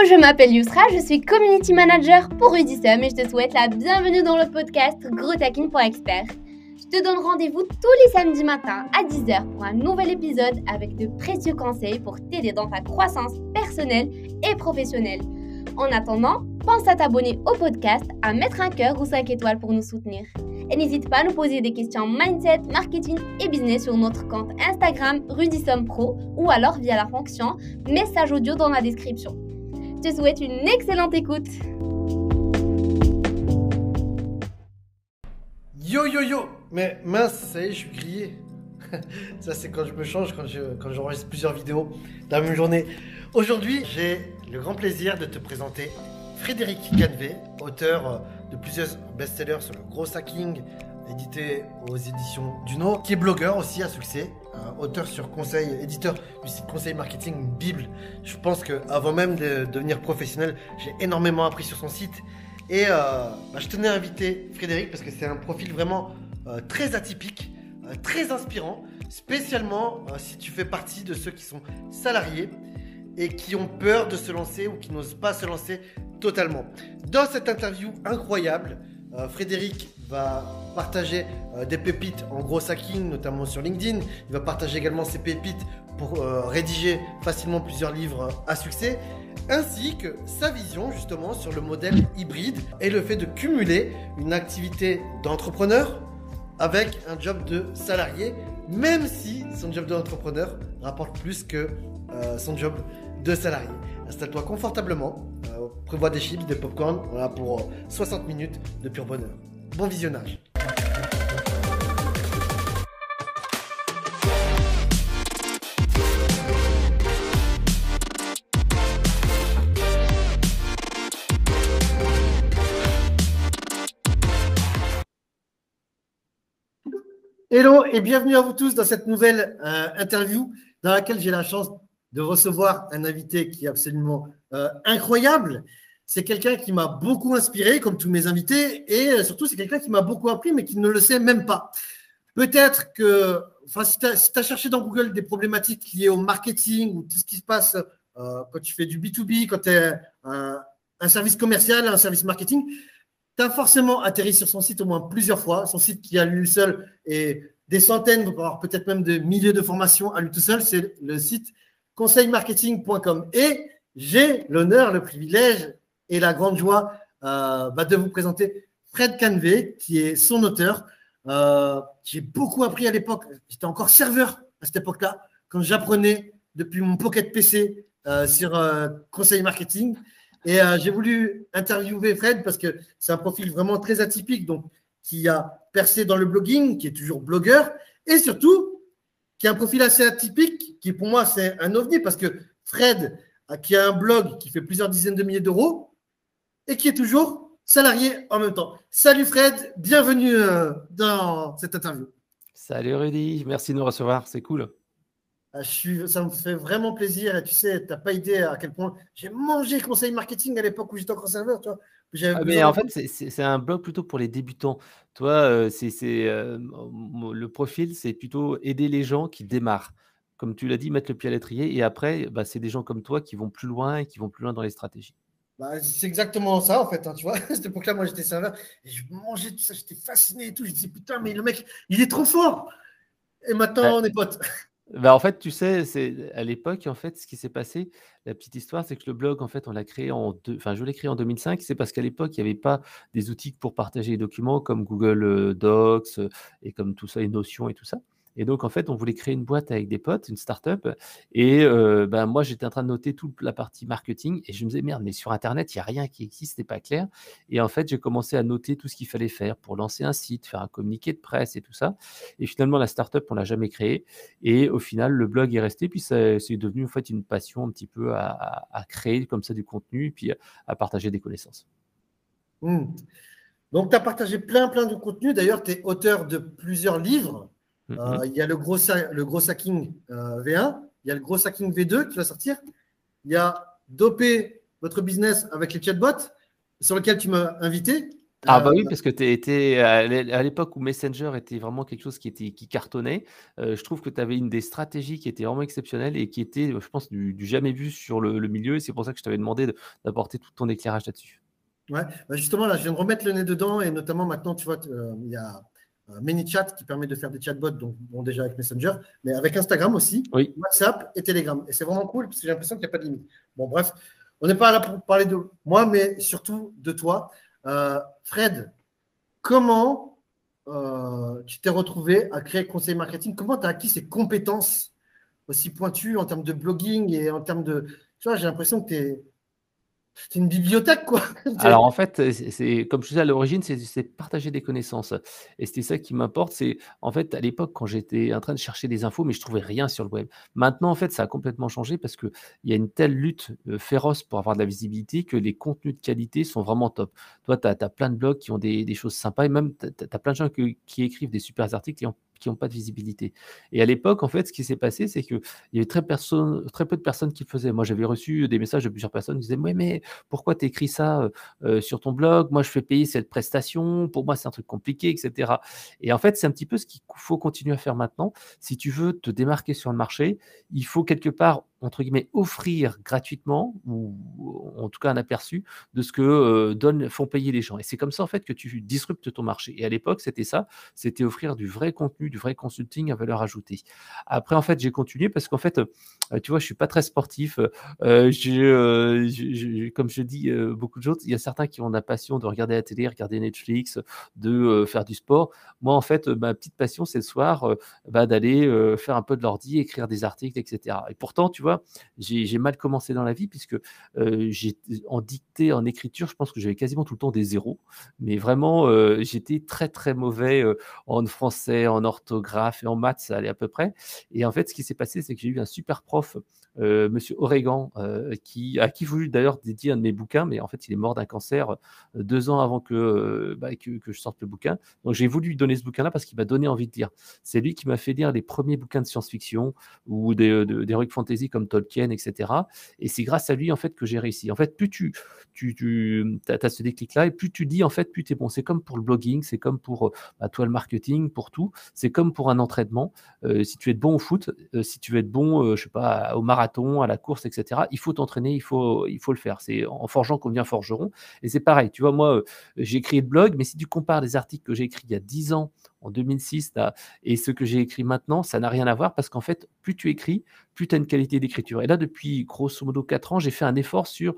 je m'appelle Yousra, je suis Community Manager pour Udisum et je te souhaite la bienvenue dans le podcast Growth Hacking pour Experts. Je te donne rendez-vous tous les samedis matins à 10h pour un nouvel épisode avec de précieux conseils pour t'aider dans ta croissance personnelle et professionnelle. En attendant, pense à t'abonner au podcast, à mettre un cœur ou 5 étoiles pour nous soutenir. Et n'hésite pas à nous poser des questions mindset, marketing et business sur notre compte Instagram Rudisum Pro ou alors via la fonction message audio dans la description. Je te souhaite une excellente écoute. Yo yo yo. Mais mince, ça y est, je suis grillé. Ça c'est quand je me change, quand j'enregistre plusieurs vidéos dans la même journée. Aujourd'hui, j'ai le grand plaisir de te présenter Frédéric Canvet, auteur de plusieurs best-sellers sur le gros hacking, édité aux éditions Duno, qui est blogueur aussi à succès, auteur sur conseil, éditeur du site Conseil Marketing, une bible. Je pense qu'avant même de devenir professionnel, j'ai énormément appris sur son site. Et je tenais à inviter Frédéric parce que c'est un profil vraiment très atypique, très inspirant, spécialement si tu fais partie de ceux qui sont salariés et qui ont peur de se lancer ou qui n'osent pas se lancer totalement. Dans cette interview incroyable, Frédéric va partager des pépites en gros hacking, notamment sur LinkedIn. Il va partager également ses pépites pour rédiger facilement plusieurs livres à succès, ainsi que sa vision justement sur le modèle hybride et le fait de cumuler une activité d'entrepreneur avec un job de salarié, même si son job d'entrepreneur rapporte plus que son job de salarié. Installe-toi confortablement, prévois des chips, des popcorn, voilà pour 60 minutes de pur bonheur. Bon visionnage. Hello et bienvenue à vous tous dans cette nouvelle interview dans laquelle j'ai la chance de recevoir un invité qui est absolument incroyable. C'est quelqu'un qui m'a beaucoup inspiré, comme tous mes invités, et surtout c'est quelqu'un qui m'a beaucoup appris, mais qui ne le sait même pas. Peut-être que, si tu as cherché dans Google des problématiques liées au marketing ou tout ce qui se passe quand tu fais du B2B, quand tu es un service commercial, un service marketing, tu as forcément atterri sur son site au moins plusieurs fois. Son site qui à lui seul est des centaines, voire peut-être même des milliers de formations à lui tout seul, c'est le site conseilmarketing.com. Et j'ai l'honneur, le privilège et la grande joie de vous présenter Fred Canvet, qui est son auteur. J'ai beaucoup appris à l'époque. J'étais encore serveur à cette époque-là, quand j'apprenais depuis mon Pocket PC sur Conseil Marketing. Et j'ai voulu interviewer Fred parce que c'est un profil vraiment très atypique, donc qui a percé dans le blogging, qui est toujours blogueur, et surtout qui a un profil assez atypique, qui pour moi c'est un ovni parce que Fred, qui a un blog qui fait plusieurs dizaines de milliers d'euros et qui est toujours salarié en même temps. Salut Fred, bienvenue dans cette interview. Salut Rudy, merci de nous recevoir, c'est cool. Ça me fait vraiment plaisir. Et tu sais, tu n'as pas idée à quel point j'ai mangé Conseil Marketing à l'époque où j'étais encore serveur. Tu vois. Mais en fait, c'est un blog plutôt pour les débutants. Toi, le profil, c'est plutôt aider les gens qui démarrent. Comme tu l'as dit, mettre le pied à l'étrier. Et après, c'est des gens comme toi qui vont plus loin et qui vont plus loin dans les stratégies. C'est exactement ça, en fait. Tu vois, à cette époque-là, moi, j'étais serveur et je mangeais tout ça. J'étais fasciné et tout. Je disais, putain, mais le mec, il est trop fort. Et maintenant, on est potes. En fait, tu sais, c'est à l'époque, en fait, ce qui s'est passé, la petite histoire, c'est que le blog, en fait, on l'a créé je l'ai créé en 2005. C'est parce qu'à l'époque, il n'y avait pas des outils pour partager les documents comme Google Docs et comme tout ça, et Notion et tout ça. Et donc, en fait, on voulait créer une boîte avec des potes, une startup. Et moi, j'étais en train de noter toute la partie marketing. Et je me disais, merde, mais sur Internet, il n'y a rien qui existe, c'est pas clair. Et en fait, j'ai commencé à noter tout ce qu'il fallait faire pour lancer un site, faire un communiqué de presse et tout ça. Et finalement, la startup, on ne l'a jamais créée. Et au final, le blog est resté. Puis, c'est devenu en fait une passion un petit peu à créer comme ça du contenu et puis à partager des connaissances. Donc, tu as partagé plein de contenu. D'ailleurs, tu es auteur de plusieurs livres. Il y a le gros hacking V1, il y a le gros hacking V2 qui va sortir, il y a doper votre business avec les chatbots sur lequel tu m'as invité, Ah bah oui, parce que tu étais à l'époque où Messenger était vraiment quelque chose qui cartonnait, je trouve que tu avais une des stratégies qui était vraiment exceptionnelle et qui était, je pense, du jamais vu sur le milieu et c'est pour ça que je t'avais demandé d'apporter tout ton éclairage là-dessus. Ouais, bah justement, là, je viens de remettre le nez dedans et notamment maintenant, tu vois, il y a ManyChat qui permet de faire des chatbots, donc bon, déjà avec Messenger, mais avec Instagram aussi, Oui. WhatsApp et Telegram. Et c'est vraiment cool parce que j'ai l'impression qu'il n'y a pas de limite. Bon, bref, on n'est pas là pour parler de moi, mais surtout de toi. Fred, comment tu t'es retrouvé à créer conseiller marketing? Comment tu as acquis ces compétences aussi pointues en termes de blogging et en termes de. Tu vois, j'ai l'impression que tu es une bibliothèque, quoi. Alors en fait, c'est comme je disais à l'origine, c'est partager des connaissances et c'était ça qui m'importe. C'est en fait, à l'époque, quand j'étais en train de chercher des infos, mais je trouvais rien sur le web. Maintenant, en fait, ça a complètement changé parce qu'il y a une telle lutte, féroce pour avoir de la visibilité que les contenus de qualité sont vraiment top. Toi, tu as plein de blogs qui ont des choses sympas et même tu as plein de gens qui écrivent des super articles qui ont pas de visibilité et à l'époque, en fait, ce qui s'est passé, c'est qu'il y avait très peu de personnes qui le faisaient. Moi, j'avais reçu des messages de plusieurs personnes qui disaient: «Ouais, mais pourquoi tu écris ça, sur ton blog? Moi, je fais payer cette prestation. Pour moi, c'est un truc compliqué» et cetera et en fait, c'est un petit peu ce qu'il faut continuer à faire maintenant. Si tu veux te démarquer sur le marché, il faut quelque part, entre guillemets, «offrir gratuitement» ou en tout cas un aperçu de ce que, font payer les gens et c'est comme ça, en fait, que tu disruptes ton marché et à l'époque, c'était ça, c'était offrir du vrai contenu, du vrai consulting à valeur ajoutée. Après, en fait, j'ai continué parce qu'en fait, tu vois, je suis pas très sportif, comme je dis, beaucoup de choses, il y a certains qui ont la passion de regarder la télé, regarder Netflix, de, faire du sport. Moi, en fait, ma petite passion, c'est le soir, d'aller, faire un peu de l'ordi, écrire des articles et cetera et pourtant, tu vois, j'ai mal commencé dans la vie puisque, j'ai en dictée, en écriture, je pense que j'avais quasiment tout le temps des zéros, mais vraiment, j'étais très, très mauvais, en français, en orthographe et en maths, ça allait à peu près et en fait, ce qui s'est passé, c'est que j'ai eu un super prof, monsieur Oregan, à qui voulu d'ailleurs dédier un de mes bouquins, mais en fait, il est mort d'un cancer, 2 ans avant que je sorte le bouquin. Donc j'ai voulu lui donner ce bouquin-là parce qu'il m'a donné envie de lire. C'est lui qui m'a fait lire les premiers bouquins de science-fiction ou d'heroic fantasy comme Tolkien et cetera et c'est grâce à lui, en fait, que j'ai réussi. En fait, plus tu as ce déclic-là et plus tu lis, en fait, plus tu es bon. C'est comme pour le blogging, c'est comme pour, toi, le marketing, pour tout. C'est comme pour un entraînement. Si tu veux être bon au foot, si tu veux être bon, je sais pas, au marathon, à la course et cetera, il faut t'entraîner, il faut le faire. C'est en forgeant qu'on devient forgeron et c'est pareil, tu vois? Moi, j'ai écrit le blog, mais si tu compares les articles que j'ai écrits il y a 10 ans, en 2006 là et ceux que j'ai écrits maintenant, ça n'a rien à voir parce qu'en fait, plus tu écris, plus tu as une qualité d'écriture et là, depuis grosso modo 4 ans, j'ai fait un effort sur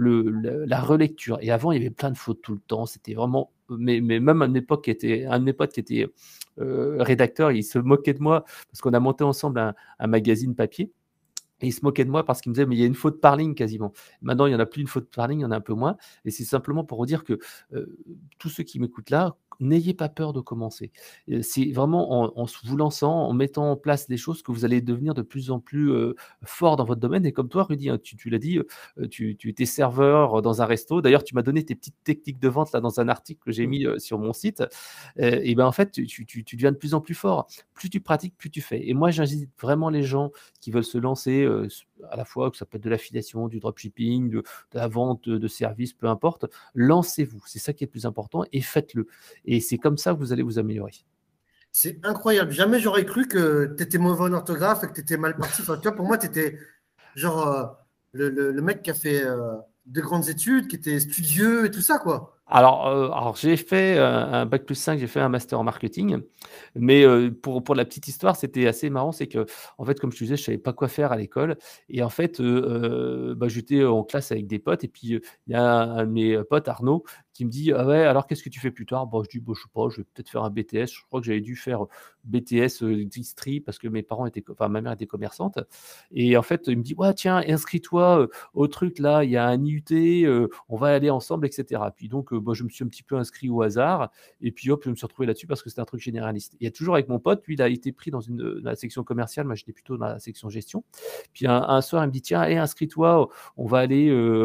la relecture et avant, il y avait plein de fautes tout le temps. C'était vraiment mais même un de mes potes qui était, rédacteur, il se moquait de moi parce qu'on a monté ensemble un magazine papier et il se moquait de moi parce qu'il me disait: «Mais il y a une faute par ligne quasiment». Maintenant, il n'y en a plus une faute par ligne, il y en a un peu moins et c'est simplement pour vous dire que, tous ceux qui m'écoutent là, n'ayez pas peur de commencer. C'est vraiment en vous lançant, en mettant en place des choses que vous allez devenir de plus en plus, fort dans votre domaine et comme toi Rudy, hein, tu l'as dit, tu étais serveur, dans un resto. D'ailleurs, tu m'as donné tes petites techniques de vente là dans un article que j'ai mis, sur mon site, et ben, en fait, tu deviens de plus en plus fort. Plus tu pratiques, plus tu fais et moi, j'invite vraiment les gens qui veulent se lancer, à la fois que ça peut être de l'affiliation, du dropshipping, de la vente de services, peu importe. Lancez-vous, c'est ça qui est le plus important et faites-le et c'est comme ça que vous allez vous améliorer. C'est incroyable. Jamais j'aurais cru que tu étais mauvais en orthographe et que tu étais mal parti. Enfin, tu vois, pour moi, tu étais genre le mec qui a fait de grandes études, qui était studieux et tout ça, quoi. Alors j'ai fait, un bac+5, j'ai fait un master en marketing, mais pour la petite histoire, c'était assez marrant. C'est que en fait, comme je te disais, je savais pas quoi faire à l'école et en fait, j'étais en classe avec des potes et puis, il y a un de mes potes, Arnaud, qui me dit: «Ah ouais, alors qu'est-ce que tu fais plus tard?» Bah, je dis: «Bah, je sais pas, je vais peut-être faire un BTS». Je crois que j'avais dû faire BTS, Distri parce que mes parents étaient ma mère était commerçante et en fait, il me dit: «Ouais, tiens, inscris-toi, au truc là, il y a un IUT, on va aller ensemble et cetera». Puis donc, je me suis un petit peu inscrit au hasard et puis hop, je me suis retrouvé là-dessus parce que c'était un truc généraliste. Il y a toujours avec mon pote, lui, il a été pris dans la section commerciale, moi j'étais plutôt dans la section gestion. Puis un soir, il me dit: «Tiens, allez, inscris-toi, on va aller,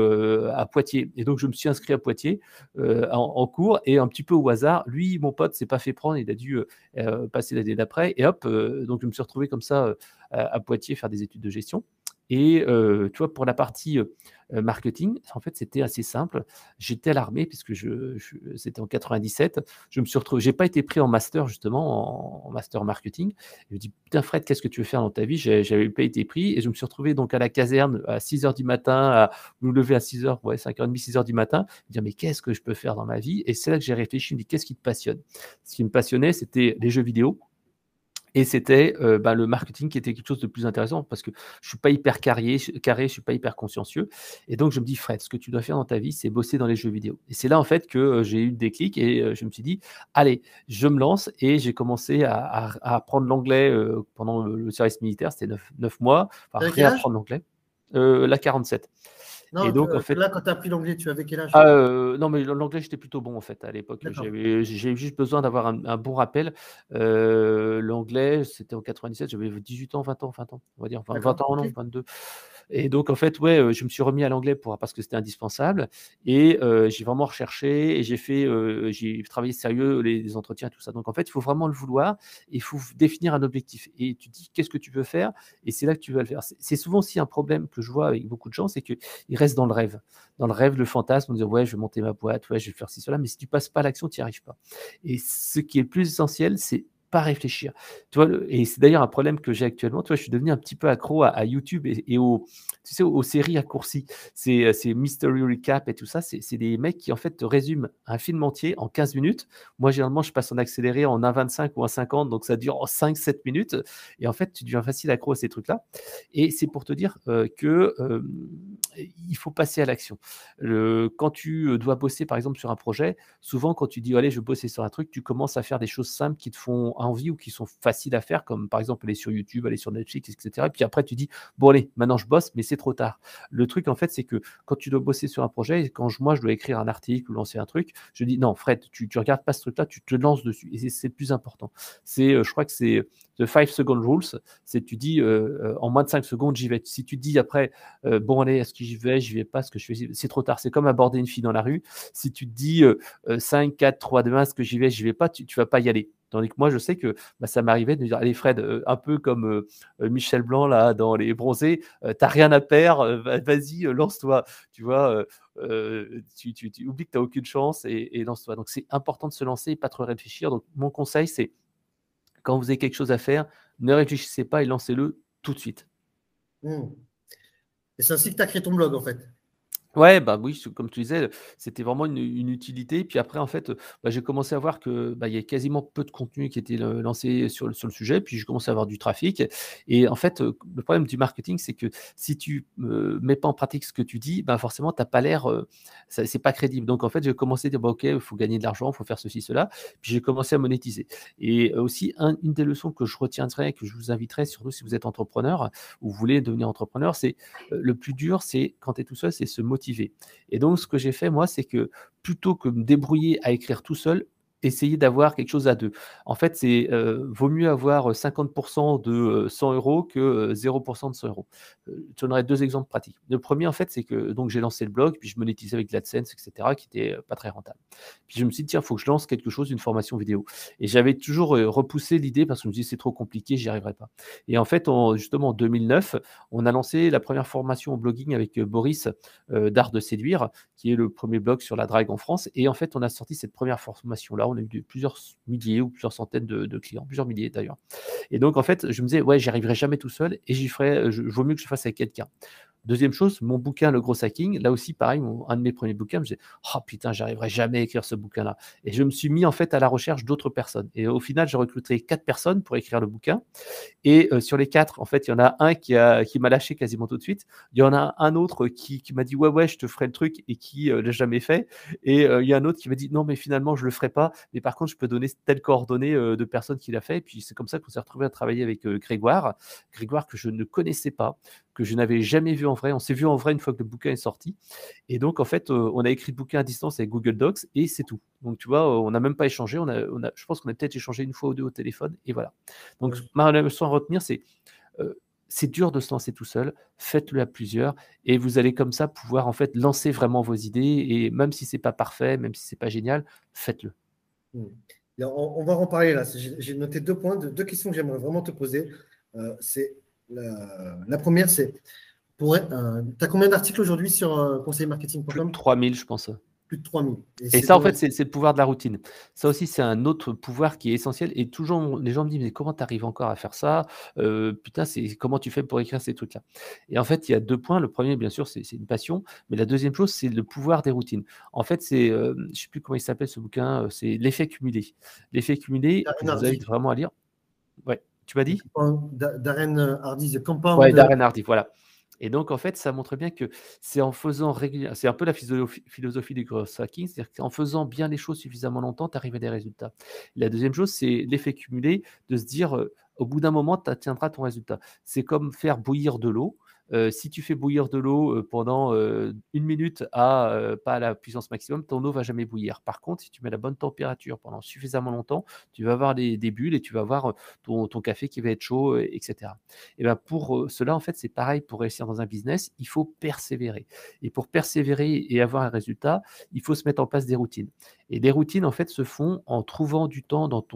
à Poitiers» et donc je me suis inscrit à Poitiers, en cours et un petit peu au hasard, lui, mon pote, s'est pas fait prendre, il a dû, passer l'année d'après et hop, donc je me suis retrouvé comme ça, à Poitiers faire des études de gestion Et tu vois, pour la partie marketing, en fait, c'était assez simple. J'étais à l'armée, puisque c'était en 97. Je me suis retrouvé, j'ai pas été pris en master, justement, en master marketing. Je me dis, putain, Fred, qu'est-ce que tu veux faire dans ta vie? J'avais pas été pris. Et je me suis retrouvé donc à la caserne à 6h du matin, à me lever à 6h, ouais, 5h30, 6h du matin, me dire, mais qu'est-ce que je peux faire dans ma vie? Et c'est là que j'ai réfléchi, je me dis, qu'est-ce qui te passionne? Ce qui me passionnait, c'était les jeux vidéo. Et c'était le marketing qui était quelque chose de plus intéressant, parce que je suis pas hyper carré, je suis pas hyper consciencieux. Et donc, je me dis, Fred, ce que tu dois faire dans ta vie, c'est bosser dans les jeux vidéo. Et c'est là, en fait, que j'ai eu le déclic, et je me suis dit, allez, je me lance. Et j'ai commencé à apprendre l'anglais pendant le service militaire. C'était 9 mois, enfin, T'avais quel âge? réapprendre l'anglais. La 47. Et Non, donc, en fait, là, quand tu as appris l'anglais, tu avais quel âge? non, mais l'anglais, j'étais plutôt bon, en fait, à l'époque. D'accord. J'ai eu juste besoin d'avoir un bon rappel. L'anglais, c'était en 97, j'avais 18 ans, 20 ans, on va dire. Enfin, 20 D'accord. ans, Ok. non, 22. Et donc, en fait, ouais, je me suis remis à l'anglais parce que c'était indispensable. Et j'ai vraiment recherché, et j'ai travaillé sérieux, les entretiens, tout ça. Donc, en fait, il faut vraiment le vouloir, et il faut définir un objectif. Et tu dis, qu'est-ce que tu veux faire? Et c'est là que tu vas le faire. C'est souvent aussi un problème que je vois avec beaucoup de gens, c'est qu'ils restent dans le rêve. Dans le rêve, le fantasme, on dit, ouais, je vais monter ma boîte, ouais, je vais faire ci, cela. Mais si tu passes pas à l'action, tu n'y arrives pas. Et ce qui est le plus essentiel, c'est pas réfléchir. Tu vois, et c'est d'ailleurs un problème que j'ai actuellement. Tu vois, je suis devenu un petit peu accro à YouTube et tu sais, aux séries raccourcies. C'est Mystery Recap et tout ça. C'est des mecs qui, en fait, te résument un film entier en 15 minutes. Moi, généralement, je passe en accéléré en 1,25 ou 1,50, donc ça dure en 5-7 minutes. Et en fait, tu deviens facile accro à ces trucs-là. Et c'est pour te dire il faut passer à l'action. Quand tu dois bosser, par exemple, sur un projet, souvent, quand tu dis, allez, je vais bosser sur un truc, tu commences à faire des choses simples qui te font envie ou qui sont faciles à faire, comme par exemple aller sur YouTube, aller sur Netflix, etc. Et puis après, tu dis, bon, allez, maintenant je bosse, mais c'est trop tard. Le truc, en fait, c'est que quand tu dois bosser sur un projet, moi, je dois écrire un article ou lancer un truc, je dis, non, Fred, tu regardes pas ce truc-là, tu te lances dessus. Et c'est le plus important. Je crois que c'est The 5 Second Rules, c'est tu dis, en moins de 5 secondes, j'y vais. Si tu te dis après, bon, allez, est-ce que j'y vais pas, ce que je fais, c'est trop tard. C'est comme aborder une fille dans la rue. Si tu te dis 5, 4, 3, 2, 1, est-ce que j'y vais pas, tu vas pas y aller. Tandis que moi, je sais que ça m'arrivait de dire, allez Fred, un peu comme Michel Blanc là dans Les Bronzés, t'as rien à perdre, vas-y, lance-toi. Tu vois, tu oublies que t'as aucune chance et lance-toi. Donc c'est important de se lancer et pas trop réfléchir. Donc mon conseil, c'est quand vous avez quelque chose à faire, ne réfléchissez pas et lancez-le tout de suite. Hmm. Et c'est ainsi que tu as créé ton blog, en fait. Ouais, bah oui, comme tu disais, c'était vraiment une utilité. Puis après, en fait, j'ai commencé à voir que il y a quasiment peu de contenu qui était lancé sur le sujet. Puis je commençais à avoir du trafic. Et en fait, le problème du marketing, c'est que si tu mets pas en pratique ce que tu dis, forcément, t'as pas l'air, c'est pas crédible. Donc en fait, j'ai commencé à dire, ok, il faut gagner de l'argent, il faut faire ceci, cela. Puis j'ai commencé à monétiser. Et aussi, une des leçons que je retiendrai, que je vous inviterai, surtout si vous êtes entrepreneur ou vous voulez devenir entrepreneur, c'est le plus dur, c'est quand tu es tout seul, c'est se motiver. Et donc, ce que j'ai fait, moi, c'est que plutôt que me débrouiller à écrire tout seul, essayer d'avoir quelque chose à deux. En fait, vaut mieux avoir 50% de 100 euros que 0% de 100 euros. Je donnerai deux exemples pratiques. Le premier, en fait, c'est que donc j'ai lancé le blog, puis je monétisais avec l'AdSense, etc., qui n'était pas très rentable. Puis je me suis dit, tiens, il faut que je lance quelque chose, une formation vidéo. Et j'avais toujours repoussé l'idée parce que je me disais, c'est trop compliqué, j'y arriverai pas. Et en fait, justement, en 2009, on a lancé la première formation au blogging avec Boris d'Art de Séduire, qui est le premier blog sur la drague en France. Et en fait, on a sorti cette première formation-là. On a eu plusieurs milliers ou plusieurs centaines de clients, plusieurs milliers d'ailleurs. Et donc, en fait, je me disais, ouais, j'y arriverai jamais tout seul et vaut mieux que je fasse avec quelqu'un. Deuxième chose, mon bouquin, Le Gros Hacking, là aussi, pareil, un de mes premiers bouquins, je me disais, oh putain, j'arriverai jamais à écrire ce bouquin-là. Et je me suis mis en fait à la recherche d'autres personnes. Et au final, j'ai recruté 4 personnes pour écrire le bouquin. Et sur les 4, en fait, il y en a un qui m'a lâché quasiment tout de suite. Il y en a un autre qui m'a dit, ouais, je te ferai le truc et qui l'a jamais fait. Et il y a un autre qui m'a dit, non, mais finalement, je le ferai pas. Mais par contre, je peux donner telle coordonnée de personne qui l'a fait. Et puis, c'est comme ça qu'on s'est retrouvé à travailler avec Grégoire que je ne connaissais pas, que je n'avais jamais vu en vrai. On s'est vu en vrai une fois que le bouquin est sorti. Et donc, en fait, on a écrit le bouquin à distance avec Google Docs et c'est tout. Donc, tu vois, on n'a même pas échangé. Je pense qu'on a peut-être échangé une fois ou deux au téléphone et voilà. Donc, ma leçon à retenir, c'est dur de se lancer tout seul, faites-le à plusieurs et vous allez comme ça pouvoir en fait lancer vraiment vos idées et même si c'est pas parfait, même si c'est pas génial, faites-le. On va en parler là. J'ai noté 2 points, 2 questions que j'aimerais vraiment te poser. La première, c'est Tu as combien d'articles aujourd'hui sur conseillermarketing.com? Plus de 3000, je pense. Plus de 3000. Et ça, en fait, c'est le pouvoir de la routine. Ça aussi, c'est un autre pouvoir qui est essentiel. Et toujours, les gens me disent, mais comment tu arrives encore à faire ça? Putain, comment tu fais pour écrire ces trucs-là? Et en fait, il y a 2 points. Le premier, bien sûr, c'est une passion. Mais la deuxième chose, c'est le pouvoir des routines. En fait, je ne sais plus comment il s'appelle ce bouquin, c'est l'effet cumulé. L'effet cumulé, que je vous invite vraiment à lire. Ouais, tu m'as dit? Darren Hardy, The Compound. Ouais, Darren Hardy, voilà. Et donc, en fait, ça montre bien que c'est en faisant régulièrement, c'est un peu la philosophie du growth hacking, c'est-à-dire qu'en faisant bien les choses suffisamment longtemps, tu arrives à des résultats. La deuxième chose, c'est l'effet cumulé de se dire, au bout d'un moment, tu atteindras ton résultat. C'est comme faire bouillir de l'eau. Si tu fais bouillir de l'eau pendant 1 minute pas à la puissance maximum, ton eau va jamais bouillir. Par contre, si tu mets la bonne température pendant suffisamment longtemps, tu vas avoir des bulles et tu vas avoir ton café qui va être chaud, etc. Et ben pour cela, en fait, c'est pareil pour réussir dans un business, il faut persévérer. Et pour persévérer et avoir un résultat, il faut se mettre en place des routines. Et les routines, en fait, se font en trouvant du temps dans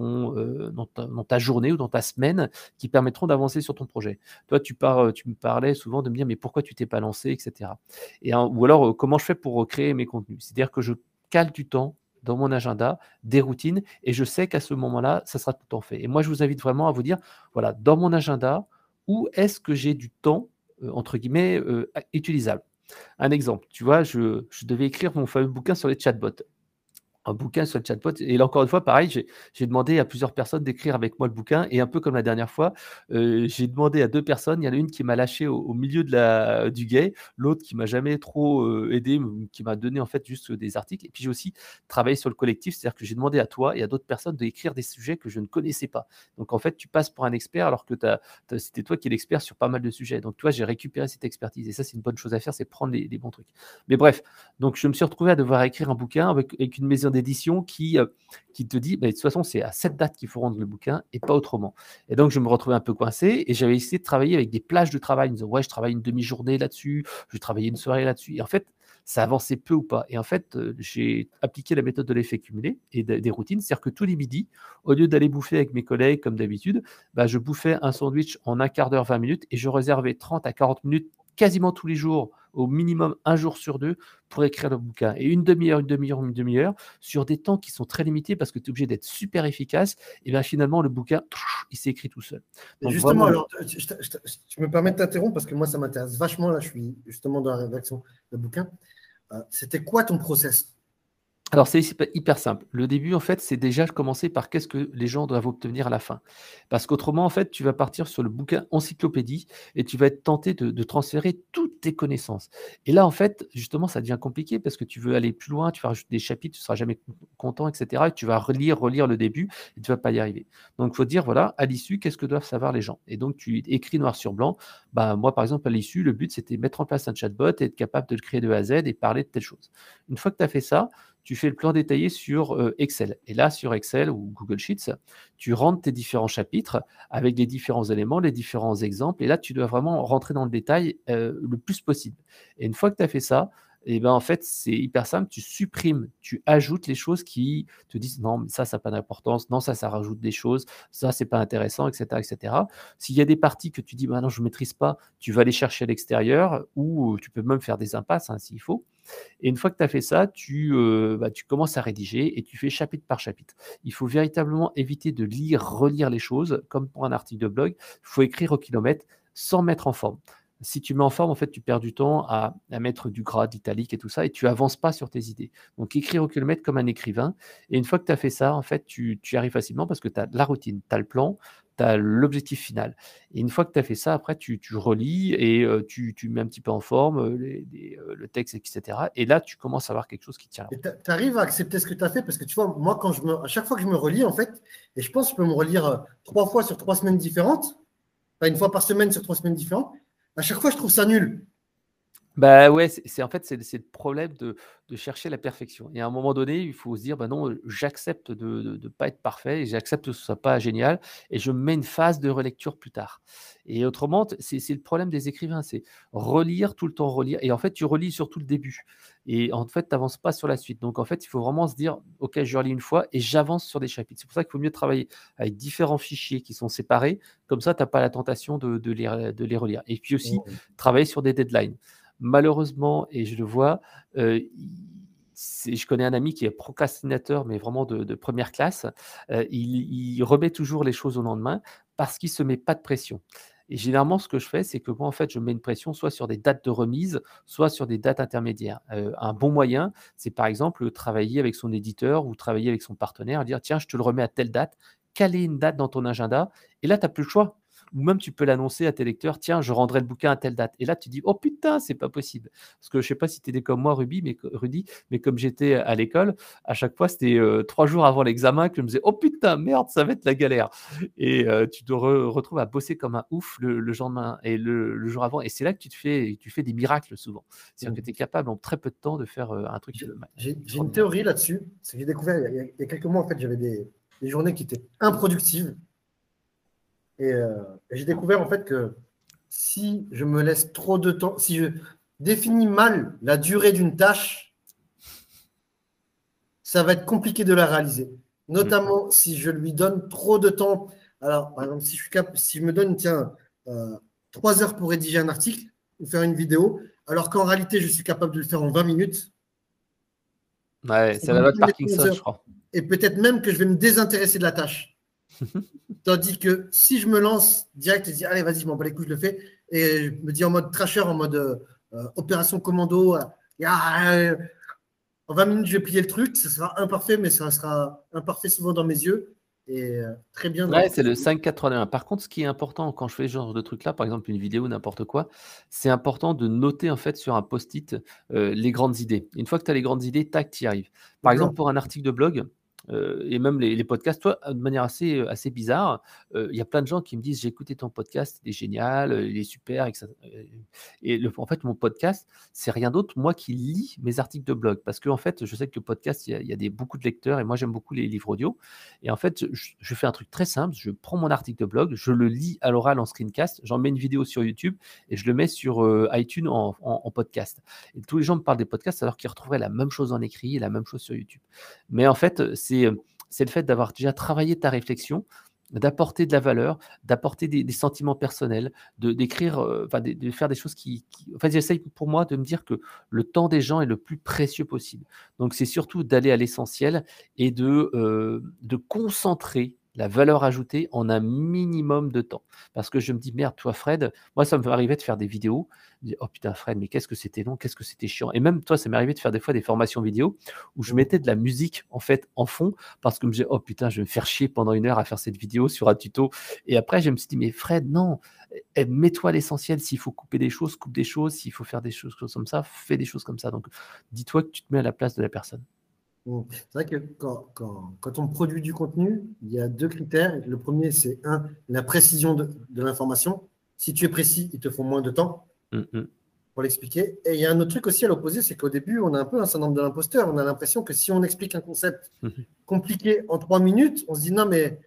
ta journée ou dans ta semaine qui permettront d'avancer sur ton projet. Toi, tu me parlais souvent de me dire, mais pourquoi tu t'es pas lancé, etc. Ou alors, comment je fais pour créer mes contenus? C'est-à-dire que je cale du temps dans mon agenda, des routines, et je sais qu'à ce moment-là, ça sera tout le temps fait. Et moi, je vous invite vraiment à vous dire, voilà, dans mon agenda, où est-ce que j'ai du temps, entre guillemets, utilisable? Un exemple, tu vois, je devais écrire mon fameux bouquin sur les chatbots. Un bouquin sur le chatbot. Et là, encore une fois, pareil, j'ai demandé à plusieurs personnes d'écrire avec moi le bouquin. Et un peu comme la dernière fois, j'ai demandé à 2 personnes. Il y en a une qui m'a lâché au milieu du guet, l'autre qui m'a jamais trop aidé, qui m'a donné en fait juste des articles. Et puis j'ai aussi travaillé sur le collectif, c'est-à-dire que j'ai demandé à toi et à d'autres personnes d'écrire des sujets que je ne connaissais pas. Donc en fait, tu passes pour un expert alors que c'était toi qui es l'expert sur pas mal de sujets. Donc tu vois, j'ai récupéré cette expertise. Et ça, c'est une bonne chose à faire, c'est prendre les bons trucs. Mais bref, donc je me suis retrouvé à devoir écrire un bouquin avec une maison d'édition qui te dit, bah, de toute façon, c'est à cette date qu'il faut rendre le bouquin et pas autrement. Et donc, je me retrouvais un peu coincé et j'avais essayé de travailler avec des plages de travail. En me disant, ouais, je travaille une demi-journée là-dessus, je vais travailler une soirée là-dessus. Et en fait, ça avançait peu ou pas. Et en fait, j'ai appliqué la méthode de l'effet cumulé et des routines. C'est-à-dire que tous les midis, au lieu d'aller bouffer avec mes collègues comme d'habitude, bah, je bouffais un sandwich en 1/4 d'heure, 20 minutes et je réservais 30 à 40 minutes quasiment tous les jours, au minimum 1 jour sur 2, pour écrire le bouquin. Et une demi-heure, sur des temps qui sont très limités parce que tu es obligé d'être super efficace. Et bien finalement, le bouquin, il s'est écrit tout seul. Donc, justement, alors, je me permets de t'interrompre parce que moi, ça m'intéresse vachement. Là, je suis justement dans la rédaction de bouquin. C'était quoi ton process? Alors, c'est hyper simple. Le début, en fait, c'est déjà commencer par qu'est-ce que les gens doivent obtenir à la fin. Parce qu'autrement, en fait, tu vas partir sur le bouquin encyclopédie et tu vas être tenté de transférer toutes tes connaissances. Et là, en fait, justement, ça devient compliqué parce que tu veux aller plus loin, tu vas rajouter des chapitres, tu ne seras jamais content, etc. Et tu vas relire le début et tu ne vas pas y arriver. Donc, il faut dire, voilà, à l'issue, qu'est-ce que doivent savoir les gens? Et donc, tu écris noir sur blanc. Bah, moi, par exemple, à l'issue, le but, c'était de mettre en place un chatbot et être capable de le créer de A à Z et parler de telle chose. Une fois que tu as fait ça, tu fais le plan détaillé sur Excel. Et là, sur Excel ou Google Sheets, tu rentres tes différents chapitres avec les différents éléments, les différents exemples. Et là, tu dois vraiment rentrer dans le détail le plus possible. Et une fois que tu as fait ça, et ben en fait, c'est hyper simple. Tu supprimes, tu ajoutes les choses qui te disent non, mais ça n'a pas d'importance. Non, ça rajoute des choses. Ça, c'est pas intéressant, etc., etc. S'il y a des parties que tu dis, bah non, je ne maîtrise pas, tu vas aller chercher à l'extérieur ou tu peux même faire des impasses s'il faut. Et une fois que tu as fait ça, tu commences à rédiger et tu fais chapitre par chapitre. Il faut véritablement éviter de relire les choses, comme pour un article de blog. Il faut écrire au kilomètre sans mettre en forme. Si tu mets en forme, en fait, tu perds du temps à mettre du gras, de l'italique et tout ça, et tu avances pas sur tes idées. Donc, écrire au kilomètre comme un écrivain. Et une fois que tu as fait ça, en fait, tu y arrives facilement parce que tu as la routine, tu as le plan, tu as l'objectif final. Et une fois que tu as fait ça, après, tu relis et tu mets un petit peu en forme le texte, etc. Et là, tu commences à avoir quelque chose qui tient. Tu arrives à accepter ce que tu as fait parce que tu vois, moi, à chaque fois que je me relis, en fait, et je pense que je peux me relire 3 fois sur 3 semaines différentes, pas 1 fois par semaine sur 3 semaines différentes, à chaque fois, je trouve ça nul. Bah, ouais, en fait, c'est le problème de chercher la perfection et à un moment donné, il faut se dire: «Bah, non, j'accepte de pas être parfait et j'accepte que ce soit pas génial et je me mets une phase de relecture plus tard» et autrement, c'est le problème des écrivains, c'est relire, tout le temps relire et en fait, tu relis surtout le début et en fait, tu avances pas sur la suite donc en fait, il faut vraiment se dire: «OK, je relis une fois et j'avance sur des chapitres». C'est pour ça qu'il faut mieux travailler avec différents fichiers qui sont séparés, comme ça, tu as pas la tentation de les relire et puis aussi, Mmh. travailler sur des deadlines. Malheureusement et je le vois, il je connais un ami qui est procrastinateur, mais vraiment de 1re classe. Il remet toujours les choses au lendemain parce qu'il se met pas de pression et généralement, ce que je fais, c'est que moi, en fait, je mets une pression soit sur des dates de remise, soit sur des dates intermédiaires. Un bon moyen, c'est par exemple, travailler avec son éditeur ou travailler avec son partenaire, dire: «Tiens, je te le remets à telle date», caler une date dans ton agenda et là, tu as plus le choix. Ou même tu peux l'annoncer à tes lecteurs: «Tiens, je rendrai le bouquin à telle date» et là tu dis: «Oh putain, c'est pas possible». Parce que je sais pas si tu étais comme moi Rudy, mais comme j'étais à l'école, à chaque fois c'était, 3 jours avant l'examen que je me disais: «Oh putain, merde, ça va être la galère» et tu te retrouves à bosser comme un ouf le lendemain et le jour avant et c'est là que tu fais des miracles souvent. C'est-à-dire que Mmh. tu es capable en très peu de temps de faire, un truc, J'ai une extraordinaire. théorie là-dessus. C'est que j'ai découvert il y a quelques mois, en fait, j'avais des journées qui étaient improductives. Et j'ai découvert en fait que si je me laisse trop de temps, si je définis mal la durée d'une tâche, ça va être compliqué de la réaliser. Mmh. Notamment si je lui donne trop de temps. Alors, par exemple, si je me donne, tiens, 3 heures pour rédiger un article ou faire une vidéo, alors qu'en réalité, je suis capable de le faire en 20 minutes, Ouais, ça c'est va la me loi de prendre 11 Parkinson, je heures. crois. Et peut-être même que je vais me désintéresser de la tâche. Tandis que si je me lance direct et dis, allez, vas-y, je m'en bats les couilles, je le fais, et je me dis en mode trasher, en mode opération commando, en 20 minutes, je vais plier le truc, ça sera imparfait, mais ça sera imparfait souvent dans mes yeux, et très bien dans Ouais, ce que c'est je le dis. 5-4-3-2-1. Par contre, ce qui est important quand je fais ce genre de truc-là, par exemple une vidéo, n'importe quoi, c'est important de noter en fait sur un post-it les grandes idées. Une fois que tu as les grandes idées, tac, tu y arrives. Le Par exemple, plan. pour un article de blog et même les podcasts, toi, de manière assez bizarre, il y a plein de gens qui me disent: «J'ai écouté ton podcast, il est génial, il est super» et en fait, mon podcast, c'est rien d'autre, moi qui lis mes articles de blog. Parce que en fait, je sais que le podcast, il y a beaucoup de lecteurs et moi, j'aime beaucoup les livres audio. Et en fait, je fais un truc très simple, je prends mon article de blog, je le lis à l'oral en screencast, j'en mets une vidéo sur YouTube et je le mets sur iTunes en podcast. Et tous les gens me parlent des podcasts alors qu'ils retrouveraient la même chose en écrit et la même chose sur YouTube. Mais en fait, c'est le fait d'avoir déjà travaillé ta réflexion, d'apporter de la valeur, d'apporter des sentiments personnels, d'écrire, enfin de faire des choses en fait, j'essaye pour moi de me dire que le temps des gens est le plus précieux possible. Donc c'est surtout d'aller à l'essentiel et de concentrer la valeur ajoutée en un minimum de temps. Parce que je me dis: «Merde, toi Fred», moi ça me fait arriver de faire des vidéos, je dis: «Oh putain Fred, mais qu'est-ce que c'était long, qu'est-ce que c'était chiant» et même toi, ça m'est arrivé de faire des fois des formations vidéo où je mettais de la musique en fait en fond parce que je me disais: «Oh putain, je vais me faire chier pendant 1 heure à faire cette vidéo sur un tuto» et après je me suis dit: «Mais Fred, non, mets-toi à l'essentiel. S'il faut couper des choses, coupe des choses. S'il faut faire des choses comme ça, fais des choses comme ça». Donc dis-toi que tu te mets à la place de la personne. C'est vrai que quand on produit du contenu, il y a 2 critères. Le premier, c'est la précision de l'information. Si tu es précis, il te faut moins de temps Mmh mh. pour l'expliquer. Et il y a un autre truc aussi à l'opposé, c'est qu'au début, on a un peu un syndrome de l'imposteur. On a l'impression que si on explique un concept Mmh. compliqué en 3 minutes, on se dit non, mais